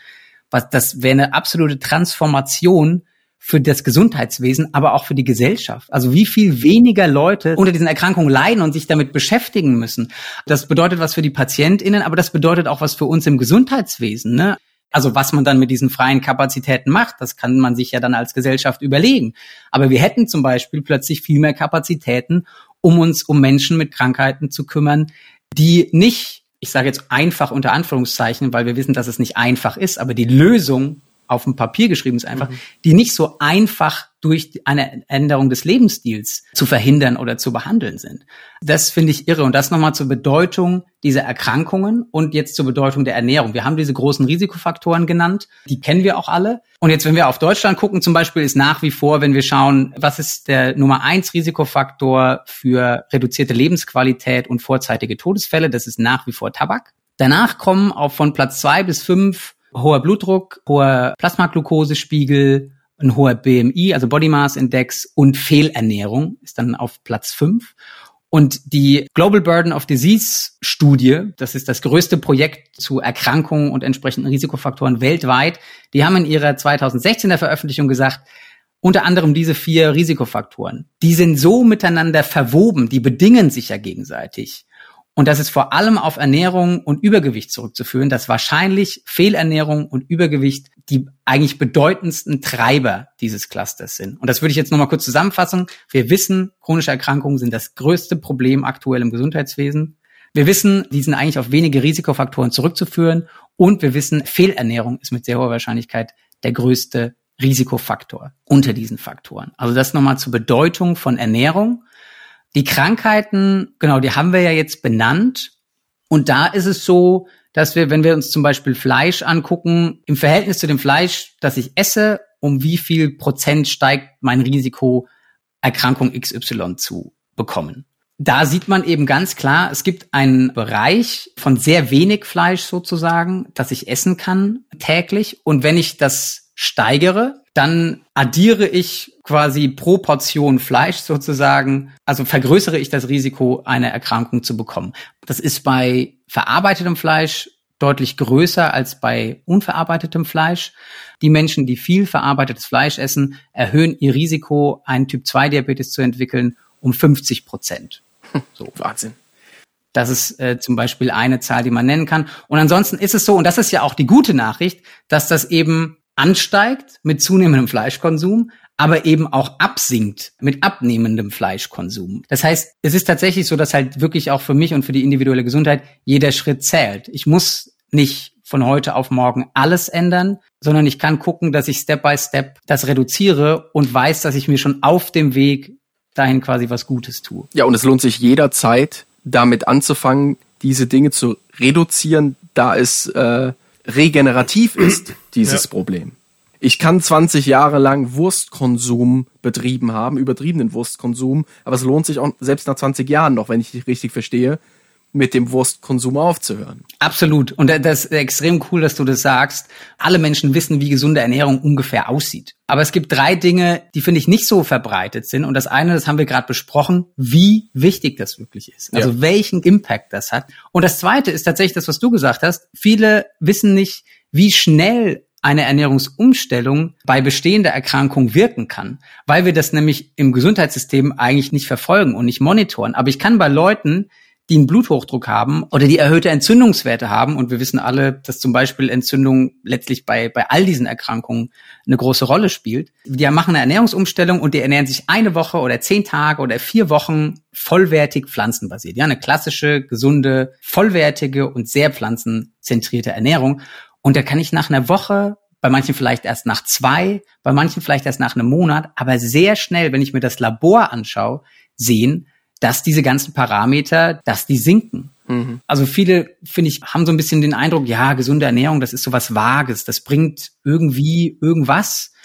das wäre eine absolute Transformation für das Gesundheitswesen, aber auch für die Gesellschaft. Also wie viel weniger Leute unter diesen Erkrankungen leiden und sich damit beschäftigen müssen. Das bedeutet was für die PatientInnen, aber das bedeutet auch was für uns im Gesundheitswesen, ne? Also was man dann mit diesen freien Kapazitäten macht, das kann man sich ja dann als Gesellschaft überlegen. Aber wir hätten zum Beispiel plötzlich viel mehr Kapazitäten, um uns um Menschen mit Krankheiten zu kümmern, die nicht, ich sage jetzt einfach unter Anführungszeichen, weil wir wissen, dass es nicht einfach ist, aber die Lösung auf dem Papier geschrieben ist einfach, die nicht so einfach durch eine Änderung des Lebensstils zu verhindern oder zu behandeln sind. Das finde ich irre. Und das nochmal zur Bedeutung dieser Erkrankungen und jetzt zur Bedeutung der Ernährung. Wir haben diese großen Risikofaktoren genannt, die kennen wir auch alle. Und jetzt, wenn wir auf Deutschland gucken, zum Beispiel ist nach wie vor, wenn wir schauen, was ist der Nummer 1 Risikofaktor für reduzierte Lebensqualität und vorzeitige Todesfälle, das ist nach wie vor Tabak. Danach kommen auch von Platz 2 bis 5 hoher Blutdruck, hoher Plasmaglukosspiegel, ein hoher BMI, also Body Mass Index und Fehlernährung ist dann auf Platz 5. Und die Global Burden of Disease Studie, das ist das größte Projekt zu Erkrankungen und entsprechenden Risikofaktoren weltweit, die haben in ihrer 2016er Veröffentlichung gesagt, unter anderem diese 4 Risikofaktoren, die sind so miteinander verwoben, die bedingen sich ja gegenseitig. Und das ist vor allem auf Ernährung und Übergewicht zurückzuführen, dass wahrscheinlich Fehlernährung und Übergewicht die eigentlich bedeutendsten Treiber dieses Clusters sind. Und das würde ich jetzt nochmal kurz zusammenfassen. Wir wissen, chronische Erkrankungen sind das größte Problem aktuell im Gesundheitswesen. Wir wissen, die sind eigentlich auf wenige Risikofaktoren zurückzuführen. Und wir wissen, Fehlernährung ist mit sehr hoher Wahrscheinlichkeit der größte Risikofaktor unter diesen Faktoren. Also das nochmal zur Bedeutung von Ernährung. Die Krankheiten, genau, die haben wir ja jetzt benannt. Und da ist es so, dass wir, wenn wir uns zum Beispiel Fleisch angucken, im Verhältnis zu dem Fleisch, das ich esse, um wie viel Prozent steigt mein Risiko, Erkrankung XY zu bekommen. Da sieht man eben ganz klar, es gibt einen Bereich von sehr wenig Fleisch sozusagen, das ich essen kann täglich. Und wenn ich das steigere, dann addiere ich quasi pro Portion Fleisch sozusagen, also vergrößere ich das Risiko, eine Erkrankung zu bekommen. Das ist bei verarbeitetem Fleisch deutlich größer als bei unverarbeitetem Fleisch. Die Menschen, die viel verarbeitetes Fleisch essen, erhöhen ihr Risiko, einen Typ-2-Diabetes zu entwickeln, um 50%. So. Wahnsinn. Das ist zum Beispiel eine Zahl, die man nennen kann. Und ansonsten ist es so, und das ist ja auch die gute Nachricht, dass das eben ansteigt mit zunehmendem Fleischkonsum, aber eben auch absinkt mit abnehmendem Fleischkonsum. Das heißt, es ist tatsächlich so, dass halt wirklich auch für mich und für die individuelle Gesundheit jeder Schritt zählt. Ich muss nicht von heute auf morgen alles ändern, sondern ich kann gucken, dass ich Step by Step das reduziere und weiß, dass ich mir schon auf dem Weg dahin quasi was Gutes tue. Ja, und es lohnt sich jederzeit, damit anzufangen, diese Dinge zu reduzieren, da es regenerativ ist, dieses Problem. Ich kann 20 Jahre lang Wurstkonsum betrieben haben, übertriebenen Wurstkonsum, aber es lohnt sich auch selbst nach 20 Jahren noch, wenn ich dich richtig verstehe, mit dem Wurstkonsum aufzuhören. Absolut. Und das ist extrem cool, dass du das sagst. Alle Menschen wissen, wie gesunde Ernährung ungefähr aussieht. Aber es gibt 3 Dinge, die, finde ich, nicht so verbreitet sind. Und das eine, das haben wir gerade besprochen, wie wichtig das wirklich ist. Also welchen Impact das hat. Und das zweite ist tatsächlich das, was du gesagt hast. Viele wissen nicht, wie schnell eine Ernährungsumstellung bei bestehender Erkrankung wirken kann, weil wir das nämlich im Gesundheitssystem eigentlich nicht verfolgen und nicht monitoren. Aber ich kann bei Leuten, die einen Bluthochdruck haben oder die erhöhte Entzündungswerte haben, und wir wissen alle, dass zum Beispiel Entzündung letztlich bei all diesen Erkrankungen eine große Rolle spielt, die machen eine Ernährungsumstellung und die ernähren sich eine Woche oder 10 Tage oder 4 Wochen vollwertig pflanzenbasiert. Ja, eine klassische, gesunde, vollwertige und sehr pflanzenzentrierte Ernährung. Und da kann ich nach einer Woche, bei manchen vielleicht erst nach 2, bei manchen vielleicht erst nach einem Monat, aber sehr schnell, wenn ich mir das Labor anschaue, sehen, dass diese ganzen Parameter, dass die sinken. Mhm. Also viele, finde ich, haben so ein bisschen den Eindruck, ja, gesunde Ernährung, das ist so was Vages, das bringt irgendwie irgendwas.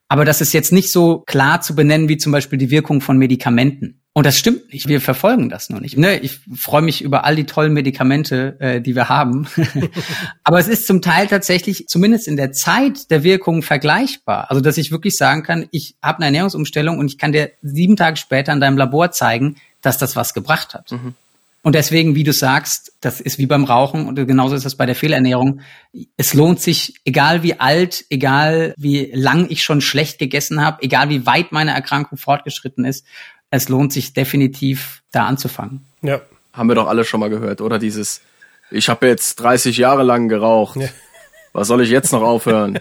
Aber das ist jetzt nicht so klar zu benennen wie zum Beispiel die Wirkung von Medikamenten. Und das stimmt nicht. Wir verfolgen das nur nicht. Ne? Ich freue mich über all die tollen Medikamente, die wir haben. Aber es ist zum Teil tatsächlich, zumindest in der Zeit der Wirkung, vergleichbar. Also, dass ich wirklich sagen kann, ich habe eine Ernährungsumstellung und ich kann dir 7 Tage später in deinem Labor zeigen, dass das was gebracht hat. Mhm. Und deswegen, wie du sagst, das ist wie beim Rauchen und genauso ist das bei der Fehlernährung. Es lohnt sich, egal wie alt, egal wie lang ich schon schlecht gegessen habe, egal wie weit meine Erkrankung fortgeschritten ist, es lohnt sich definitiv, da anzufangen. Ja, haben wir doch alle schon mal gehört, oder? Ich habe jetzt 30 Jahre lang geraucht. Ja. Was soll ich jetzt noch aufhören?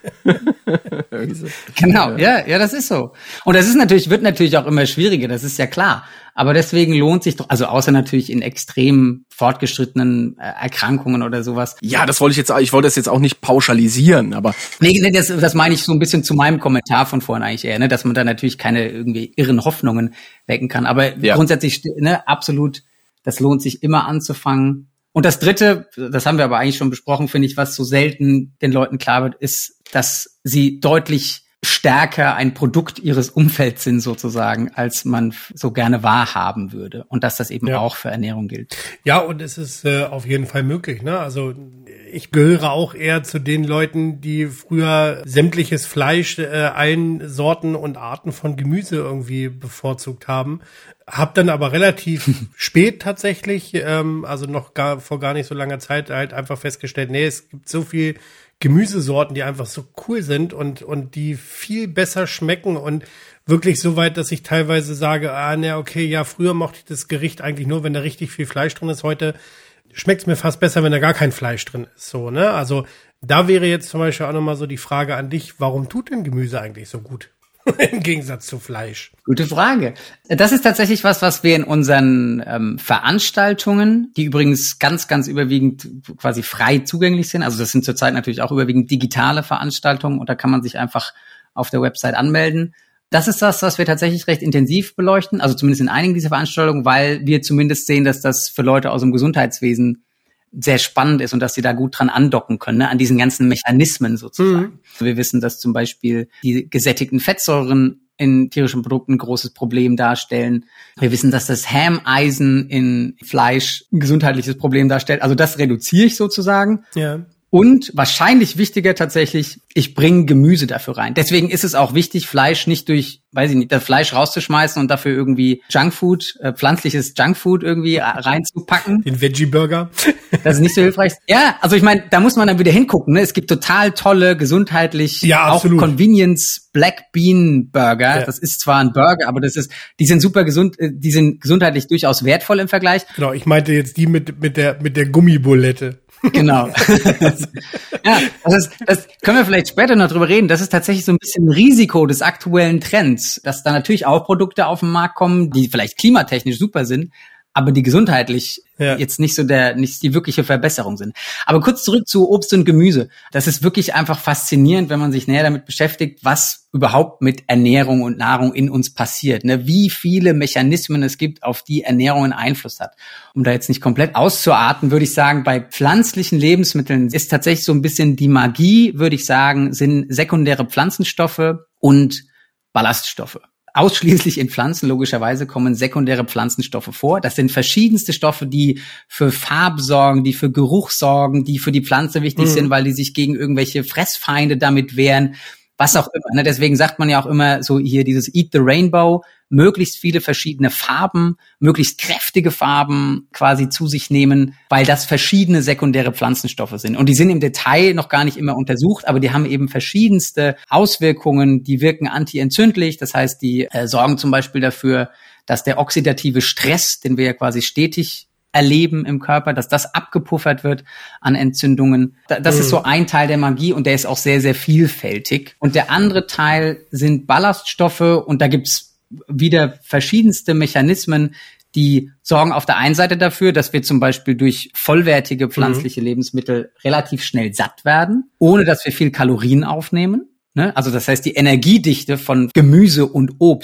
Genau, ja, das ist so. Und das wird natürlich auch immer schwieriger, das ist ja klar. Aber deswegen lohnt sich doch, also außer natürlich in extrem fortgeschrittenen Erkrankungen oder sowas. Ja, ich wollte das jetzt auch nicht pauschalisieren, aber. Nee, das meine ich so ein bisschen zu meinem Kommentar von vorhin eigentlich eher, ne, dass man da natürlich keine irgendwie irren Hoffnungen wecken kann. Aber grundsätzlich, ne, absolut, das lohnt sich immer anzufangen. Und das Dritte, das haben wir aber eigentlich schon besprochen, finde ich, was so selten den Leuten klar wird, ist, dass sie deutlich stärker ein Produkt ihres Umfelds sind sozusagen, als man so gerne wahrhaben würde. Und dass das eben auch für Ernährung gilt. Ja, und es ist auf jeden Fall möglich, ne? Also ich gehöre auch eher zu den Leuten, die früher sämtliches Fleisch, allen Sorten und Arten von Gemüse irgendwie bevorzugt haben. Hab dann aber relativ spät tatsächlich, also vor gar nicht so langer Zeit halt einfach festgestellt, nee, es gibt so viel Gemüsesorten, die einfach so cool sind und die viel besser schmecken und wirklich so weit, dass ich teilweise sage, früher mochte ich das Gericht eigentlich nur, wenn da richtig viel Fleisch drin ist. Heute schmeckt es mir fast besser, wenn da gar kein Fleisch drin ist. So, ne? Also da wäre jetzt zum Beispiel auch nochmal so die Frage an dich, warum tut denn Gemüse eigentlich so gut? Im Gegensatz zu Fleisch. Gute Frage. Das ist tatsächlich was wir in unseren Veranstaltungen, die übrigens ganz, ganz überwiegend quasi frei zugänglich sind, also das sind zurzeit natürlich auch überwiegend digitale Veranstaltungen und da kann man sich einfach auf der Website anmelden. Das ist was wir tatsächlich recht intensiv beleuchten, also zumindest in einigen dieser Veranstaltungen, weil wir zumindest sehen, dass das für Leute aus dem Gesundheitswesen sehr spannend ist und dass sie da gut dran andocken können, ne, an diesen ganzen Mechanismen sozusagen. Mhm. Wir wissen, dass zum Beispiel die gesättigten Fettsäuren in tierischen Produkten ein großes Problem darstellen. Wir wissen, dass das Hämeisen in Fleisch ein gesundheitliches Problem darstellt. Also das reduziere ich sozusagen. Ja. Und wahrscheinlich wichtiger tatsächlich, ich bringe Gemüse dafür rein. Deswegen ist es auch wichtig, Fleisch nicht das Fleisch rauszuschmeißen und dafür irgendwie Junkfood, pflanzliches Junkfood irgendwie reinzupacken. Den Veggie-Burger. Das ist nicht so hilfreich. Ja, also ich meine, da muss man dann wieder hingucken. Ne? Es gibt total tolle, gesundheitlich, auch Convenience Black Bean Burger. Ja. Das ist zwar ein Burger, aber die sind super gesund, die sind gesundheitlich durchaus wertvoll im Vergleich. Genau, ich meinte jetzt die mit der Gummibulette. Genau. Ja, das können wir vielleicht später noch drüber reden. Das ist tatsächlich so ein bisschen ein Risiko des aktuellen Trends, dass da natürlich auch Produkte auf den Markt kommen, die vielleicht klimatechnisch super sind, aber die gesundheitlich jetzt nicht die wirkliche Verbesserung sind. Aber kurz zurück zu Obst und Gemüse. Das ist wirklich einfach faszinierend, wenn man sich näher damit beschäftigt, was überhaupt mit Ernährung und Nahrung in uns passiert. Ne? Wie viele Mechanismen es gibt, auf die Ernährung einen Einfluss hat. Um da jetzt nicht komplett auszuarten, würde ich sagen, bei pflanzlichen Lebensmitteln ist tatsächlich so ein bisschen die Magie, würde ich sagen, sind sekundäre Pflanzenstoffe und Ballaststoffe. Ausschließlich in Pflanzen, logischerweise, kommen sekundäre Pflanzenstoffe vor. Das sind verschiedenste Stoffe, die für Farbe sorgen, die für Geruch sorgen, die für die Pflanze wichtig sind, weil die sich gegen irgendwelche Fressfeinde damit wehren. Was auch immer. Ne? Deswegen sagt man ja auch immer so hier dieses Eat the Rainbow, möglichst viele verschiedene Farben, möglichst kräftige Farben quasi zu sich nehmen, weil das verschiedene sekundäre Pflanzenstoffe sind. Und die sind im Detail noch gar nicht immer untersucht, aber die haben eben verschiedenste Auswirkungen. Die wirken antientzündlich, das heißt, die sorgen zum Beispiel dafür, dass der oxidative Stress, den wir ja quasi stetig erleben im Körper, dass das abgepuffert wird an Entzündungen. Das ist so ein Teil der Magie und der ist auch sehr, sehr vielfältig. Und der andere Teil sind Ballaststoffe und da gibt's wieder verschiedenste Mechanismen, die sorgen auf der einen Seite dafür, dass wir zum Beispiel durch vollwertige pflanzliche Lebensmittel relativ schnell satt werden, ohne dass wir viel Kalorien aufnehmen. Ne? Also das heißt, die Energiedichte von Gemüse und Obst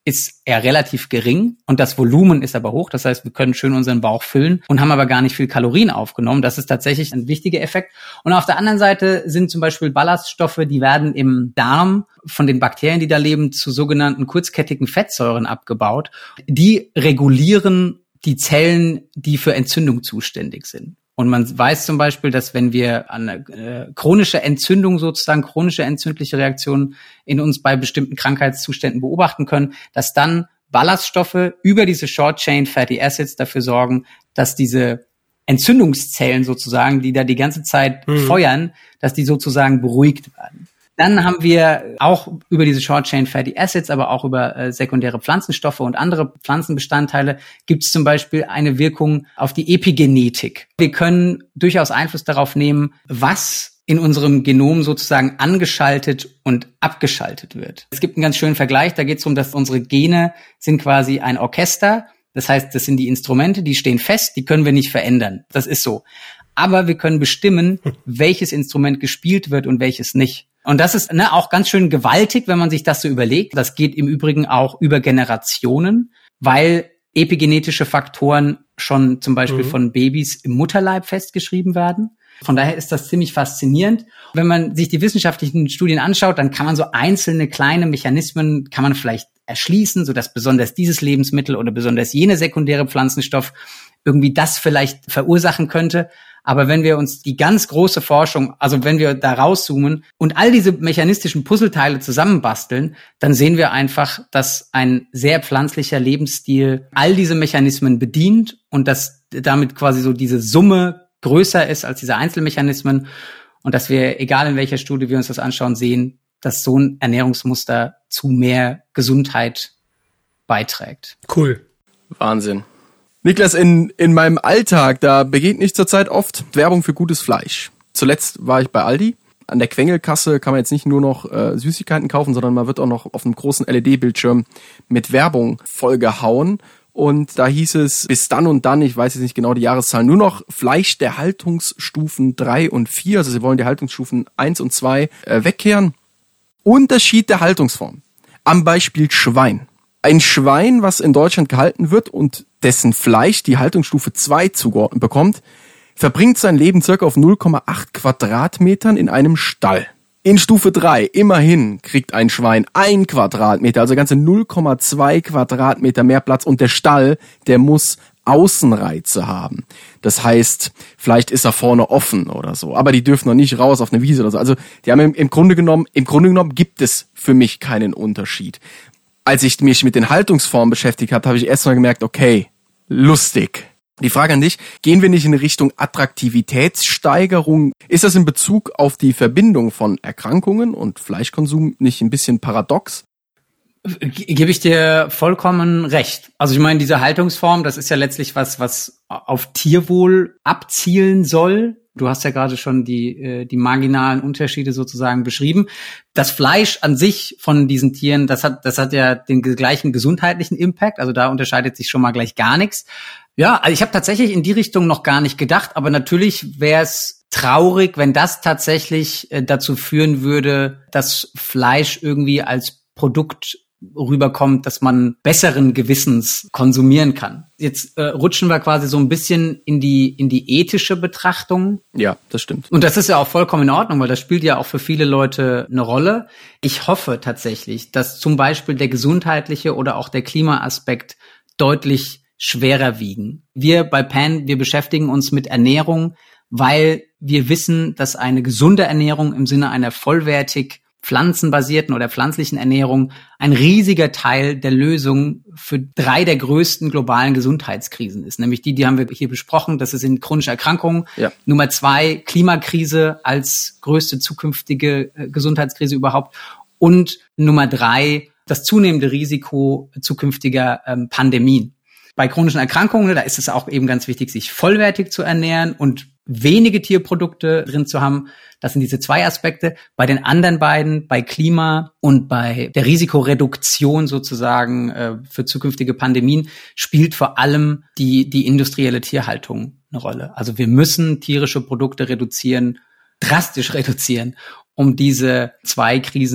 ist eher relativ gering und das Volumen ist aber hoch. Das heißt, wir können schön unseren Bauch füllen und haben aber gar nicht viel Kalorien aufgenommen. Das ist tatsächlich ein wichtiger Effekt. Und auf der anderen Seite sind zum Beispiel Ballaststoffe, die werden im Darm von den Bakterien, die da leben, zu sogenannten kurzkettigen Fettsäuren abgebaut. Die regulieren die Zellen, die für Entzündung zuständig sind. Und man weiß zum Beispiel, dass wenn wir eine chronische Entzündung sozusagen, chronische entzündliche Reaktionen in uns bei bestimmten Krankheitszuständen beobachten können, dass dann Ballaststoffe über diese Short-Chain Fatty Acids dafür sorgen, dass diese Entzündungszellen sozusagen, die da die ganze Zeit feuern, dass die sozusagen beruhigt werden. Dann haben wir auch über diese Short-Chain Fatty Acids, aber auch über sekundäre Pflanzenstoffe und andere Pflanzenbestandteile gibt es zum Beispiel eine Wirkung auf die Epigenetik. Wir können durchaus Einfluss darauf nehmen, was in unserem Genom sozusagen angeschaltet und abgeschaltet wird. Es gibt einen ganz schönen Vergleich, da geht es darum, dass unsere Gene sind quasi ein Orchester. Das heißt, das sind die Instrumente, die stehen fest, die können wir nicht verändern. Das ist so. Aber wir können bestimmen, welches Instrument gespielt wird und welches nicht. Und das ist auch ganz schön gewaltig, wenn man sich das so überlegt. Das geht im Übrigen auch über Generationen, weil epigenetische Faktoren schon zum Beispiel von Babys im Mutterleib festgeschrieben werden. Von daher ist das ziemlich faszinierend. Wenn man sich die wissenschaftlichen Studien anschaut, dann kann man so einzelne kleine Mechanismen, kann man vielleicht erschließen, sodass besonders dieses Lebensmittel oder besonders jene sekundäre Pflanzenstoff irgendwie das vielleicht verursachen könnte. Aber wenn wir uns die ganz große Forschung, also wenn wir da rauszoomen und all diese mechanistischen Puzzleteile zusammenbasteln, dann sehen wir einfach, dass ein sehr pflanzlicher Lebensstil all diese Mechanismen bedient und dass damit quasi so diese Summe größer ist als diese Einzelmechanismen und dass wir, egal in welcher Studie wir uns das anschauen, sehen, dass so ein Ernährungsmuster zu mehr Gesundheit beiträgt. Cool. Wahnsinn. Niklas, in meinem Alltag, da begegne ich zurzeit oft Werbung für gutes Fleisch. Zuletzt war ich bei Aldi. An der Quengelkasse kann man jetzt nicht nur noch Süßigkeiten kaufen, sondern man wird auch noch auf einem großen LED-Bildschirm mit Werbung vollgehauen. Und da hieß es, bis dann und dann, ich weiß jetzt nicht genau die Jahreszahl, nur noch Fleisch der Haltungsstufen 3 und 4. Also sie wollen die Haltungsstufen 1 und 2 wegkehren. Unterschied der Haltungsform. Am Beispiel Schwein. Ein Schwein, was in Deutschland gehalten wird und dessen Fleisch die Haltungsstufe 2 zugeordnet bekommt, verbringt sein Leben circa auf 0,8 Quadratmetern in einem Stall. In Stufe 3, immerhin, kriegt ein Schwein 1 Quadratmeter, also ganze 0,2 Quadratmeter mehr Platz und der Stall, der muss Außenreize haben. Das heißt, vielleicht ist er vorne offen oder so, aber die dürfen noch nicht raus auf eine Wiese oder so. Also die haben im Grunde genommen gibt es für mich keinen Unterschied. Als ich mich mit den Haltungsformen beschäftigt habe, habe ich erst mal gemerkt, okay, lustig. Die Frage an dich, gehen wir nicht in Richtung Attraktivitätssteigerung? Ist das in Bezug auf die Verbindung von Erkrankungen und Fleischkonsum nicht ein bisschen paradox? Gebe ich dir vollkommen recht. Also ich meine, diese Haltungsform, das ist ja letztlich was auf Tierwohl abzielen soll. Du hast ja gerade schon die marginalen Unterschiede sozusagen beschrieben. Das Fleisch an sich von diesen Tieren, das hat ja den gleichen gesundheitlichen Impact. Also da unterscheidet sich schon mal gleich gar nichts. Ja, also ich habe tatsächlich in die Richtung noch gar nicht gedacht. Aber natürlich wäre es traurig, wenn das tatsächlich dazu führen würde, dass Fleisch irgendwie als Produkt rüberkommt, dass man besseren Gewissens konsumieren kann. Jetzt rutschen wir quasi so ein bisschen in die ethische Betrachtung. Ja, das stimmt. Und das ist ja auch vollkommen in Ordnung, weil das spielt ja auch für viele Leute eine Rolle. Ich hoffe tatsächlich, dass zum Beispiel der gesundheitliche oder auch der Klimaaspekt deutlich schwerer wiegen. Wir bei PAN, wir beschäftigen uns mit Ernährung, weil wir wissen, dass eine gesunde Ernährung im Sinne einer vollwertig pflanzenbasierten oder pflanzlichen Ernährung ein riesiger Teil der Lösung für 3 der größten globalen Gesundheitskrisen ist. Nämlich die haben wir hier besprochen, das sind chronische Erkrankungen. Ja. Nummer 2, Klimakrise als größte zukünftige Gesundheitskrise überhaupt. Und Nummer 3, das zunehmende Risiko zukünftiger Pandemien. Bei chronischen Erkrankungen, da ist es auch eben ganz wichtig, sich vollwertig zu ernähren und wenige Tierprodukte drin zu haben. Das sind diese 2 Aspekte. Bei den anderen beiden, bei Klima und bei der Risikoreduktion sozusagen für zukünftige Pandemien, spielt vor allem die industrielle Tierhaltung eine Rolle. Also wir müssen tierische Produkte reduzieren, drastisch reduzieren, um diese 2 Krisen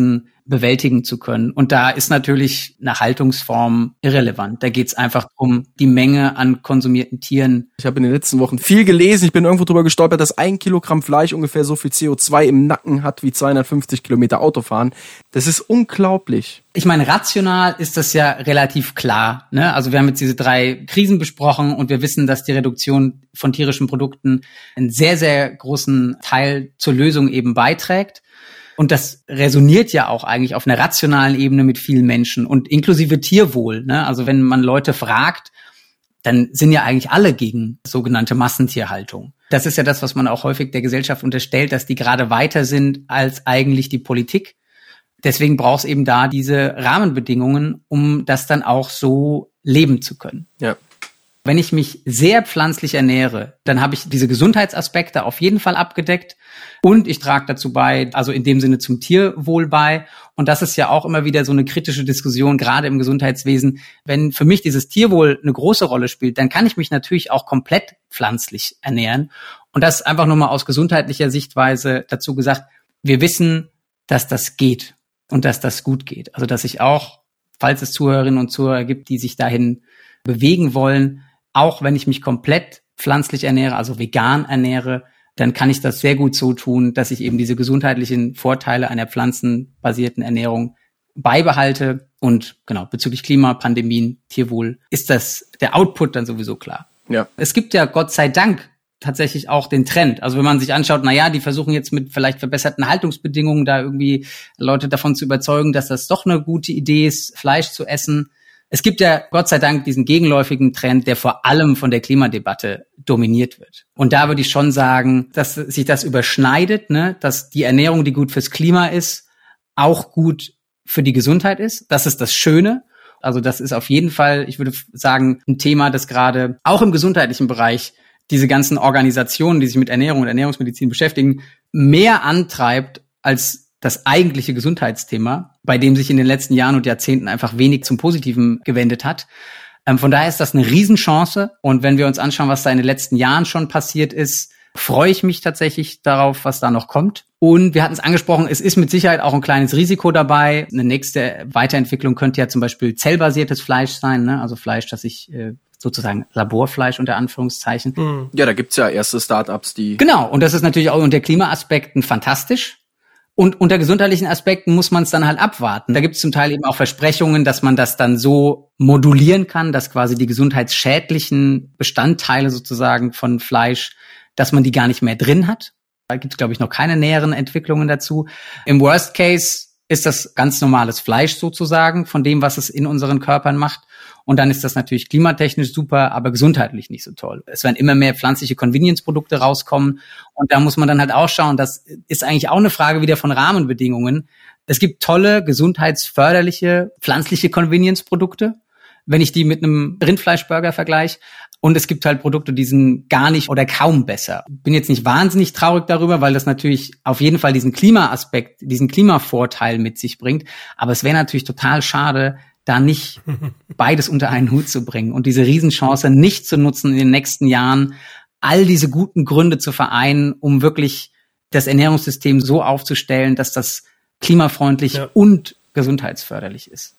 bewältigen zu können. Und da ist natürlich eine Haltungsform irrelevant. Da geht es einfach um die Menge an konsumierten Tieren. Ich habe in den letzten Wochen viel gelesen. Ich bin irgendwo drüber gestolpert, dass 1 Kilogramm Fleisch ungefähr so viel CO2 im Nacken hat wie 250 Kilometer Autofahren. Das ist unglaublich. Ich meine, rational ist das ja relativ klar, ne? Also wir haben jetzt diese 3 Krisen besprochen und wir wissen, dass die Reduktion von tierischen Produkten einen sehr, sehr großen Teil zur Lösung eben beiträgt. Und das resoniert ja auch eigentlich auf einer rationalen Ebene mit vielen Menschen und inklusive Tierwohl, ne? Also wenn man Leute fragt, dann sind ja eigentlich alle gegen sogenannte Massentierhaltung. Das ist ja das, was man auch häufig der Gesellschaft unterstellt, dass die gerade weiter sind als eigentlich die Politik. Deswegen braucht es eben da diese Rahmenbedingungen, um das dann auch so leben zu können. Ja. Wenn ich mich sehr pflanzlich ernähre, dann habe ich diese Gesundheitsaspekte auf jeden Fall abgedeckt und ich trage dazu bei, also in dem Sinne zum Tierwohl bei. Und das ist ja auch immer wieder so eine kritische Diskussion, gerade im Gesundheitswesen. Wenn für mich dieses Tierwohl eine große Rolle spielt, dann kann ich mich natürlich auch komplett pflanzlich ernähren. Und das einfach nur mal aus gesundheitlicher Sichtweise dazu gesagt, wir wissen, dass das geht und dass das gut geht. Also dass ich auch, falls es Zuhörerinnen und Zuhörer gibt, die sich dahin bewegen wollen, auch wenn ich mich komplett pflanzlich ernähre, also vegan ernähre, dann kann ich das sehr gut so tun, dass ich eben diese gesundheitlichen Vorteile einer pflanzenbasierten Ernährung beibehalte. Und genau, bezüglich Klima, Pandemien, Tierwohl ist das der Output dann sowieso klar. Ja. Es gibt ja Gott sei Dank tatsächlich auch den Trend. Also wenn man sich anschaut, die versuchen jetzt mit vielleicht verbesserten Haltungsbedingungen da irgendwie Leute davon zu überzeugen, dass das doch eine gute Idee ist, Fleisch zu essen. Es gibt ja Gott sei Dank diesen gegenläufigen Trend, der vor allem von der Klimadebatte dominiert wird. Und da würde ich schon sagen, dass sich das überschneidet, ne? Dass die Ernährung, die gut fürs Klima ist, auch gut für die Gesundheit ist. Das ist das Schöne. Also das ist auf jeden Fall, ich würde sagen, ein Thema, das gerade auch im gesundheitlichen Bereich diese ganzen Organisationen, die sich mit Ernährung und Ernährungsmedizin beschäftigen, mehr antreibt als das eigentliche Gesundheitsthema, bei dem sich in den letzten Jahren und Jahrzehnten einfach wenig zum Positiven gewendet hat. Von daher ist das eine Riesenchance. Und wenn wir uns anschauen, was da in den letzten Jahren schon passiert ist, freue ich mich tatsächlich darauf, was da noch kommt. Und wir hatten es angesprochen, es ist mit Sicherheit auch ein kleines Risiko dabei. Eine nächste Weiterentwicklung könnte ja zum Beispiel zellbasiertes Fleisch sein, ne? Also Fleisch, das ich sozusagen Laborfleisch unter Anführungszeichen. Ja, da gibt's ja erste Startups, die... Genau, und das ist natürlich auch unter Klimaaspekten fantastisch. Und unter gesundheitlichen Aspekten muss man es dann halt abwarten. Da gibt es zum Teil eben auch Versprechungen, dass man das dann so modulieren kann, dass quasi die gesundheitsschädlichen Bestandteile sozusagen von Fleisch, dass man die gar nicht mehr drin hat. Da gibt es, glaube ich, noch keine näheren Entwicklungen dazu. Im Worst Case ist das ganz normales Fleisch sozusagen von dem, was es in unseren Körpern macht. Und dann ist das natürlich klimatechnisch super, aber gesundheitlich nicht so toll. Es werden immer mehr pflanzliche Convenience-Produkte rauskommen. Und da muss man dann halt auch schauen, das ist eigentlich auch eine Frage wieder von Rahmenbedingungen. Es gibt tolle, gesundheitsförderliche, pflanzliche Convenience-Produkte, wenn ich die mit einem Rindfleischburger vergleiche. Und es gibt halt Produkte, die sind gar nicht oder kaum besser. Bin jetzt nicht wahnsinnig traurig darüber, weil das natürlich auf jeden Fall diesen Klimaaspekt, diesen Klimavorteil mit sich bringt. Aber es wäre natürlich total schade, da nicht beides unter einen Hut zu bringen und diese Riesenchance nicht zu nutzen in den nächsten Jahren, all diese guten Gründe zu vereinen, um wirklich das Ernährungssystem so aufzustellen, dass das klimafreundlich und gesundheitsförderlich ist.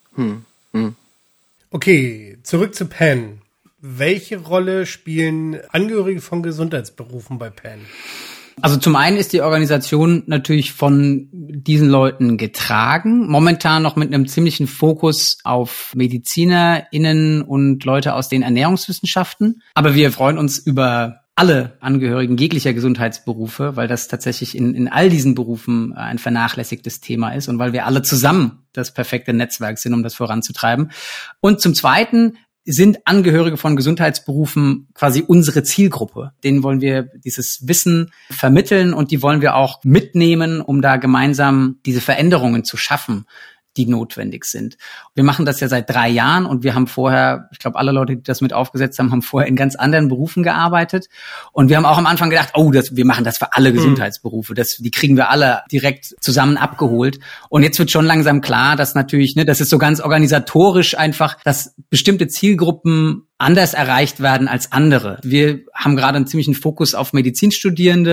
Okay, zurück zu Pan. Welche Rolle spielen Angehörige von Gesundheitsberufen bei Pan? Also zum einen ist die Organisation natürlich von diesen Leuten getragen, momentan noch mit einem ziemlichen Fokus auf MedizinerInnen und Leute aus den Ernährungswissenschaften. Aber wir freuen uns über alle Angehörigen jeglicher Gesundheitsberufe, weil das tatsächlich in all diesen Berufen ein vernachlässigtes Thema ist und weil wir alle zusammen das perfekte Netzwerk sind, um das voranzutreiben. Und zum Zweiten sind Angehörige von Gesundheitsberufen quasi unsere Zielgruppe. Denen wollen wir dieses Wissen vermitteln und die wollen wir auch mitnehmen, um da gemeinsam diese Veränderungen zu schaffen, die notwendig sind. Wir machen das ja seit 3 Jahren und wir haben vorher, ich glaube, alle Leute, die das mit aufgesetzt haben, haben vorher in ganz anderen Berufen gearbeitet. Und wir haben auch am Anfang gedacht, wir machen das für alle Gesundheitsberufe. Die kriegen wir alle direkt zusammen abgeholt. Und jetzt wird schon langsam klar, dass natürlich, das ist so ganz organisatorisch einfach, dass bestimmte Zielgruppen anders erreicht werden als andere. Wir haben gerade einen ziemlichen Fokus auf Medizinstudierende,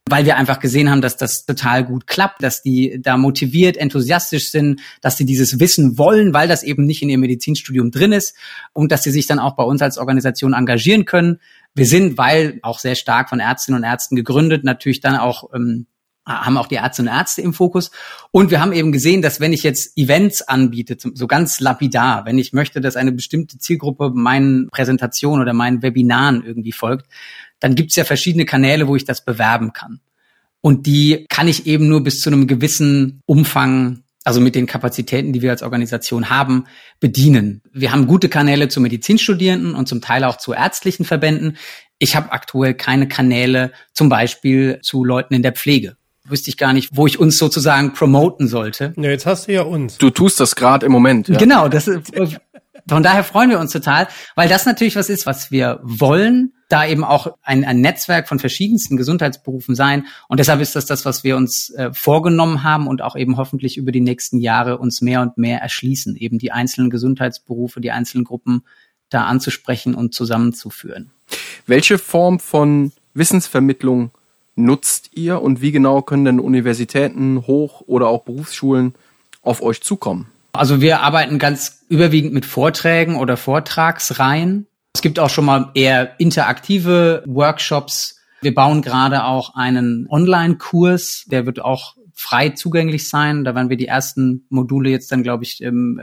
weil wir einfach gesehen haben, dass das total gut klappt, dass die da motiviert, enthusiastisch sind, dass sie dieses Wissen wollen, weil das eben nicht in ihrem Medizinstudium drin ist und dass sie sich dann auch bei uns als Organisation engagieren können. Wir sind, weil auch sehr stark von Ärztinnen und Ärzten gegründet, natürlich dann auch haben auch die Ärztinnen und Ärzte im Fokus. Und wir haben eben gesehen, dass wenn ich jetzt Events anbiete, so ganz lapidar, wenn ich möchte, dass eine bestimmte Zielgruppe meinen Präsentationen oder meinen Webinaren irgendwie folgt, dann gibt's ja verschiedene Kanäle, wo ich das bewerben kann. Und die kann ich eben nur bis zu einem gewissen Umfang, also mit den Kapazitäten, die wir als Organisation haben, bedienen. Wir haben gute Kanäle zu Medizinstudierenden und zum Teil auch zu ärztlichen Verbänden. Ich habe aktuell keine Kanäle zum Beispiel zu Leuten in der Pflege. Wüsste ich gar nicht, wo ich uns sozusagen promoten sollte. Ja, jetzt hast du ja uns. Du tust das gerade im Moment. Ja. Genau, das ist, von daher freuen wir uns total, weil das natürlich was ist, was wir wollen, da eben auch ein Netzwerk von verschiedensten Gesundheitsberufen sein. Und deshalb ist das, was wir uns vorgenommen haben und auch eben hoffentlich über die nächsten Jahre uns mehr und mehr erschließen, eben die einzelnen Gesundheitsberufe, die einzelnen Gruppen da anzusprechen und zusammenzuführen. Welche Form von Wissensvermittlung nutzt ihr und wie genau können denn Universitäten, Hoch- oder auch Berufsschulen auf euch zukommen? Also wir arbeiten ganz überwiegend mit Vorträgen oder Vortragsreihen. Es gibt auch schon mal eher interaktive Workshops. Wir bauen gerade auch einen Online-Kurs, der wird auch frei zugänglich sein. Da werden wir die ersten Module jetzt dann, glaube ich, im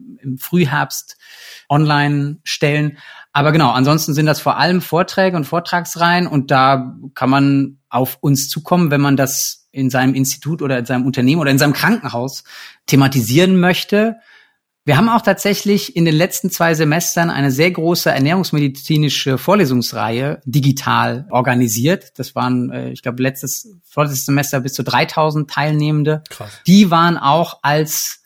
Frühherbst online stellen. Aber genau, ansonsten sind das vor allem Vorträge und Vortragsreihen und da kann man auf uns zukommen, wenn man das in seinem Institut oder in seinem Unternehmen oder in seinem Krankenhaus thematisieren möchte. Wir haben auch tatsächlich in den letzten 2 Semestern eine sehr große ernährungsmedizinische Vorlesungsreihe digital organisiert. Das waren, ich glaube, vorletztes Semester bis zu 3000 Teilnehmende. Krass. Die waren auch als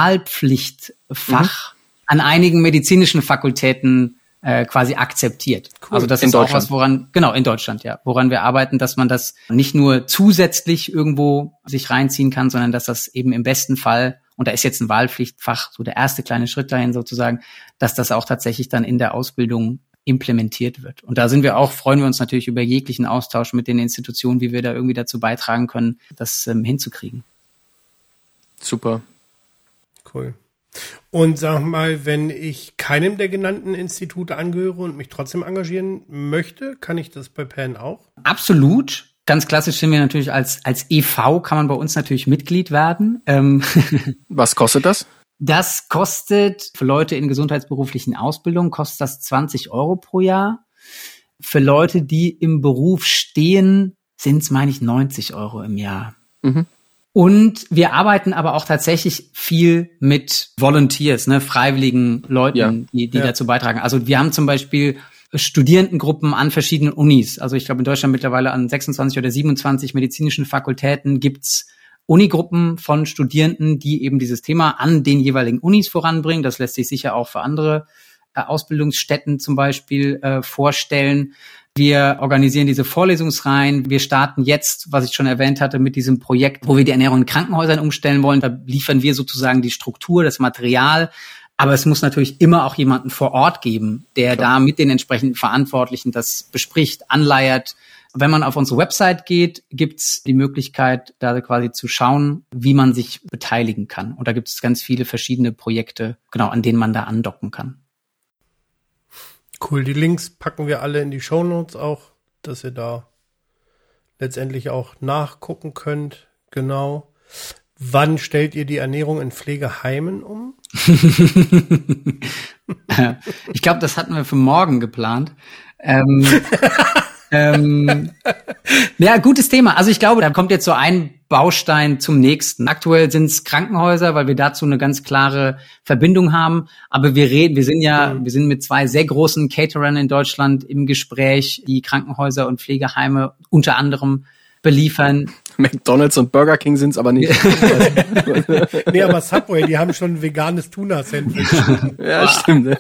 Wahlpflichtfach an einigen medizinischen Fakultäten quasi akzeptiert. Cool. Also das ist auch was, in Deutschland, ja, woran wir arbeiten, dass man das nicht nur zusätzlich irgendwo sich reinziehen kann, sondern dass das eben im besten Fall, und da ist jetzt ein Wahlpflichtfach so der erste kleine Schritt dahin sozusagen, dass das auch tatsächlich dann in der Ausbildung implementiert wird. Und da freuen wir uns natürlich über jeglichen Austausch mit den Institutionen, wie wir da irgendwie dazu beitragen können, das hinzukriegen. Super. Cool. Und sag mal, wenn ich keinem der genannten Institute angehöre und mich trotzdem engagieren möchte, kann ich das bei PEN auch? Absolut. Ganz klassisch sind wir natürlich als e.V. kann man bei uns natürlich Mitglied werden. Was kostet das? Das kostet für Leute in gesundheitsberuflichen Ausbildungen kostet das 20 € pro Jahr. Für Leute, die im Beruf stehen, sind es, meine ich, 90 € im Jahr. Mhm. Und wir arbeiten aber auch tatsächlich viel mit Volunteers, freiwilligen Leuten, die dazu beitragen. Also wir haben zum Beispiel Studierendengruppen an verschiedenen Unis. Also ich glaube in Deutschland mittlerweile an 26 oder 27 medizinischen Fakultäten gibt's Unigruppen von Studierenden, die eben dieses Thema an den jeweiligen Unis voranbringen. Das lässt sich sicher auch für andere Ausbildungsstätten zum Beispiel vorstellen. Wir organisieren diese Vorlesungsreihen. Wir starten jetzt, was ich schon erwähnt hatte, mit diesem Projekt, wo wir die Ernährung in Krankenhäusern umstellen wollen. Da liefern wir sozusagen die Struktur, das Material. Aber es muss natürlich immer auch jemanden vor Ort geben, der da mit den entsprechenden Verantwortlichen das bespricht, anleiert. Wenn man auf unsere Website geht, gibt's die Möglichkeit, da quasi zu schauen, wie man sich beteiligen kann. Und da gibt es ganz viele verschiedene Projekte, an denen man da andocken kann. Cool, die Links packen wir alle in die Shownotes auch, dass ihr da letztendlich auch nachgucken könnt. Genau. Wann stellt ihr die Ernährung in Pflegeheimen um? Ich glaube, das hatten wir für morgen geplant. Ja, gutes Thema. Also ich glaube, da kommt jetzt so ein Baustein zum nächsten. Aktuell sind es Krankenhäuser, weil wir dazu eine ganz klare Verbindung haben. Aber wir sind mit 2 sehr großen Caterern in Deutschland im Gespräch, die Krankenhäuser und Pflegeheime unter anderem beliefern. McDonald's und Burger King sind's aber nicht. Nee, aber Subway, die haben schon ein veganes Tuna-Sandwich. Ja, stimmt.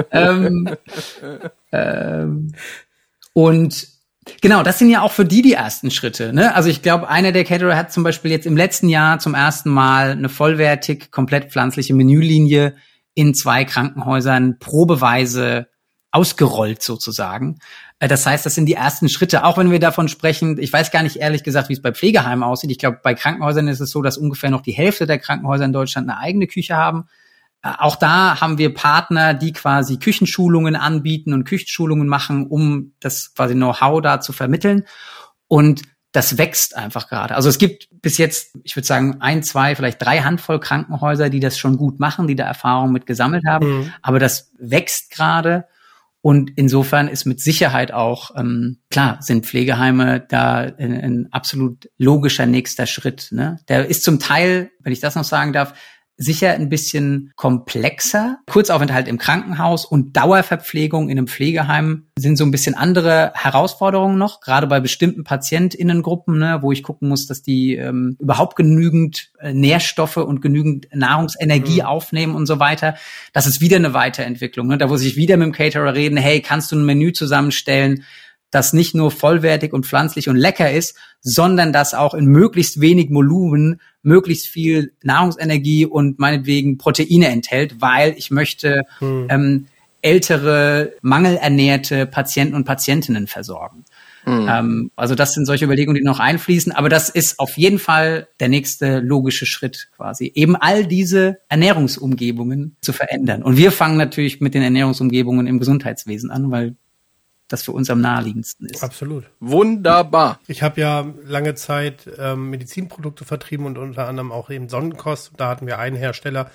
Und genau, das sind ja auch für die ersten Schritte. Also ich glaube, einer der Caterer hat zum Beispiel jetzt im letzten Jahr zum ersten Mal eine vollwertig, komplett pflanzliche Menülinie in 2 Krankenhäusern probeweise ausgerollt sozusagen. Das heißt, das sind die ersten Schritte, auch wenn wir davon sprechen. Ich weiß gar nicht ehrlich gesagt, wie es bei Pflegeheimen aussieht. Ich glaube, bei Krankenhäusern ist es so, dass ungefähr noch die Hälfte der Krankenhäuser in Deutschland eine eigene Küche haben. Auch da haben wir Partner, die quasi Küchenschulungen anbieten und Küchenschulungen machen, um das quasi Know-how da zu vermitteln. Und das wächst einfach gerade. Also es gibt bis jetzt, ich würde sagen, 1, 2, vielleicht 3 Handvoll Krankenhäuser, die das schon gut machen, die da Erfahrung mit gesammelt haben. Mhm. Aber das wächst gerade. Und insofern ist mit Sicherheit auch, klar, sind Pflegeheime da ein absolut logischer nächster Schritt. Ne? Der ist zum Teil, wenn ich das noch sagen darf, sicher ein bisschen komplexer. Kurzaufenthalt im Krankenhaus und Dauerverpflegung in einem Pflegeheim sind so ein bisschen andere Herausforderungen noch, gerade bei bestimmten PatientInnengruppen, ne, wo ich gucken muss, dass die überhaupt genügend Nährstoffe und genügend Nahrungsenergie aufnehmen und so weiter. Das ist wieder eine Weiterentwicklung, ne, da muss ich wieder mit dem Caterer reden, hey, kannst du ein Menü zusammenstellen, das nicht nur vollwertig und pflanzlich und lecker ist, sondern das auch in möglichst wenig Volumen möglichst viel Nahrungsenergie und meinetwegen Proteine enthält, weil ich möchte ältere, mangelernährte Patienten und Patientinnen versorgen. Also das sind solche Überlegungen, die noch einfließen, aber das ist auf jeden Fall der nächste logische Schritt quasi, eben all diese Ernährungsumgebungen zu verändern. Und wir fangen natürlich mit den Ernährungsumgebungen im Gesundheitswesen an, weil das für uns am naheliegendsten ist. Absolut. Wunderbar. Ich habe ja lange Zeit Medizinprodukte vertrieben und unter anderem auch eben Sonnenkost. Da hatten wir einen Hersteller,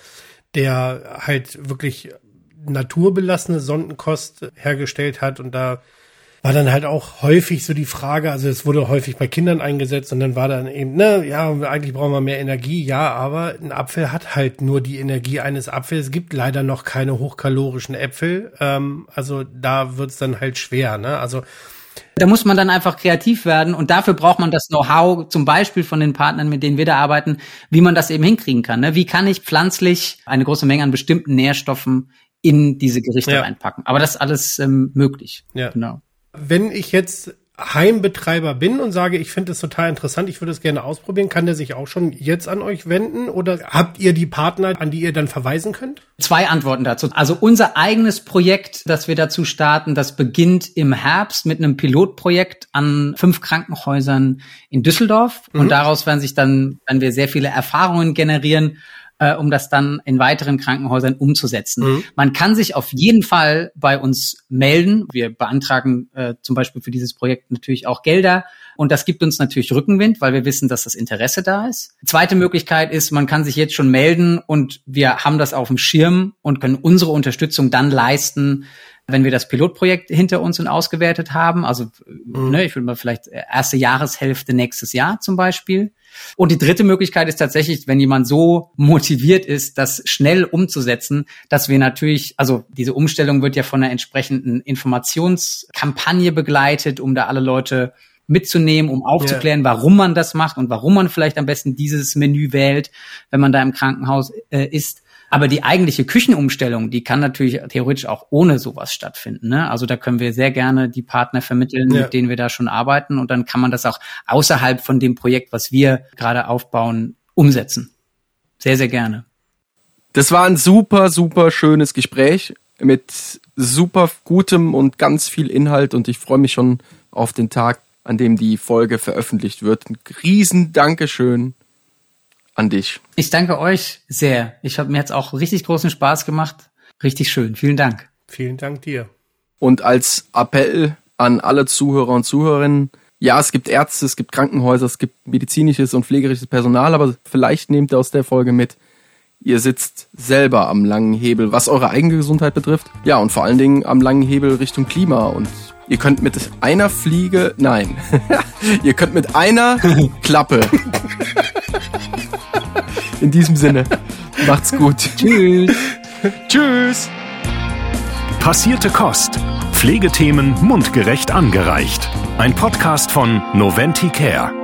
der halt wirklich naturbelassene Sonnenkost hergestellt hat. Und da war dann halt auch häufig so die Frage, also es wurde häufig bei Kindern eingesetzt und dann war dann eben, eigentlich brauchen wir mehr Energie. Ja, aber ein Apfel hat halt nur die Energie eines Apfels. Es gibt leider noch keine hochkalorischen Äpfel. Also da wird's dann halt schwer, ne? Also da muss man dann einfach kreativ werden und dafür braucht man das Know-how, zum Beispiel von den Partnern, mit denen wir da arbeiten, wie man das eben hinkriegen kann. Ne? Wie kann ich pflanzlich eine große Menge an bestimmten Nährstoffen in diese Gerichte reinpacken? Aber das ist alles möglich. Ja. Genau. Wenn ich jetzt Heimbetreiber bin und sage, ich finde das total interessant, ich würde es gerne ausprobieren, kann der sich auch schon jetzt an euch wenden oder habt ihr die Partner, an die ihr dann verweisen könnt? 2 Antworten dazu. Also unser eigenes Projekt, das wir dazu starten, das beginnt im Herbst mit einem Pilotprojekt an 5 Krankenhäusern in Düsseldorf und daraus werden wir sehr viele Erfahrungen generieren, um das dann in weiteren Krankenhäusern umzusetzen. Man kann sich auf jeden Fall bei uns melden. Wir beantragen zum Beispiel für dieses Projekt natürlich auch Gelder. Und das gibt uns natürlich Rückenwind, weil wir wissen, dass das Interesse da ist. Zweite Möglichkeit ist, man kann sich jetzt schon melden und wir haben das auf dem Schirm und können unsere Unterstützung dann leisten, wenn wir das Pilotprojekt hinter uns und ausgewertet haben. Also ich würde mal vielleicht erste Jahreshälfte nächstes Jahr zum Beispiel. Und die dritte Möglichkeit ist tatsächlich, wenn jemand so motiviert ist, das schnell umzusetzen, dass wir natürlich, also diese Umstellung wird ja von einer entsprechenden Informationskampagne begleitet, um da alle Leute mitzunehmen, um aufzuklären, warum man das macht und warum man vielleicht am besten dieses Menü wählt, wenn man da im Krankenhaus ist. Aber die eigentliche Küchenumstellung, die kann natürlich theoretisch auch ohne sowas stattfinden. Ne? Also da können wir sehr gerne die Partner vermitteln, mit denen wir da schon arbeiten. Und dann kann man das auch außerhalb von dem Projekt, was wir gerade aufbauen, umsetzen. Sehr, sehr gerne. Das war ein super, super schönes Gespräch mit super gutem und ganz viel Inhalt. Und ich freue mich schon auf den Tag, an dem die Folge veröffentlicht wird. Ein riesen Dankeschön an dich. Ich danke euch sehr. Mir hat's auch richtig großen Spaß gemacht. Richtig schön. Vielen Dank. Vielen Dank dir. Und als Appell an alle Zuhörer und Zuhörerinnen, ja, es gibt Ärzte, es gibt Krankenhäuser, es gibt medizinisches und pflegerisches Personal, aber vielleicht nehmt ihr aus der Folge mit, ihr sitzt selber am langen Hebel, was eure eigene Gesundheit betrifft. Ja, und vor allen Dingen am langen Hebel Richtung Klima. Und ihr könnt mit einer Fliege, nein, ihr könnt mit einer Klappe. In diesem Sinne, macht's gut. Tschüss. Tschüss. Passierte Kost. Pflegethemen mundgerecht angereicht. Ein Podcast von Noventi Care.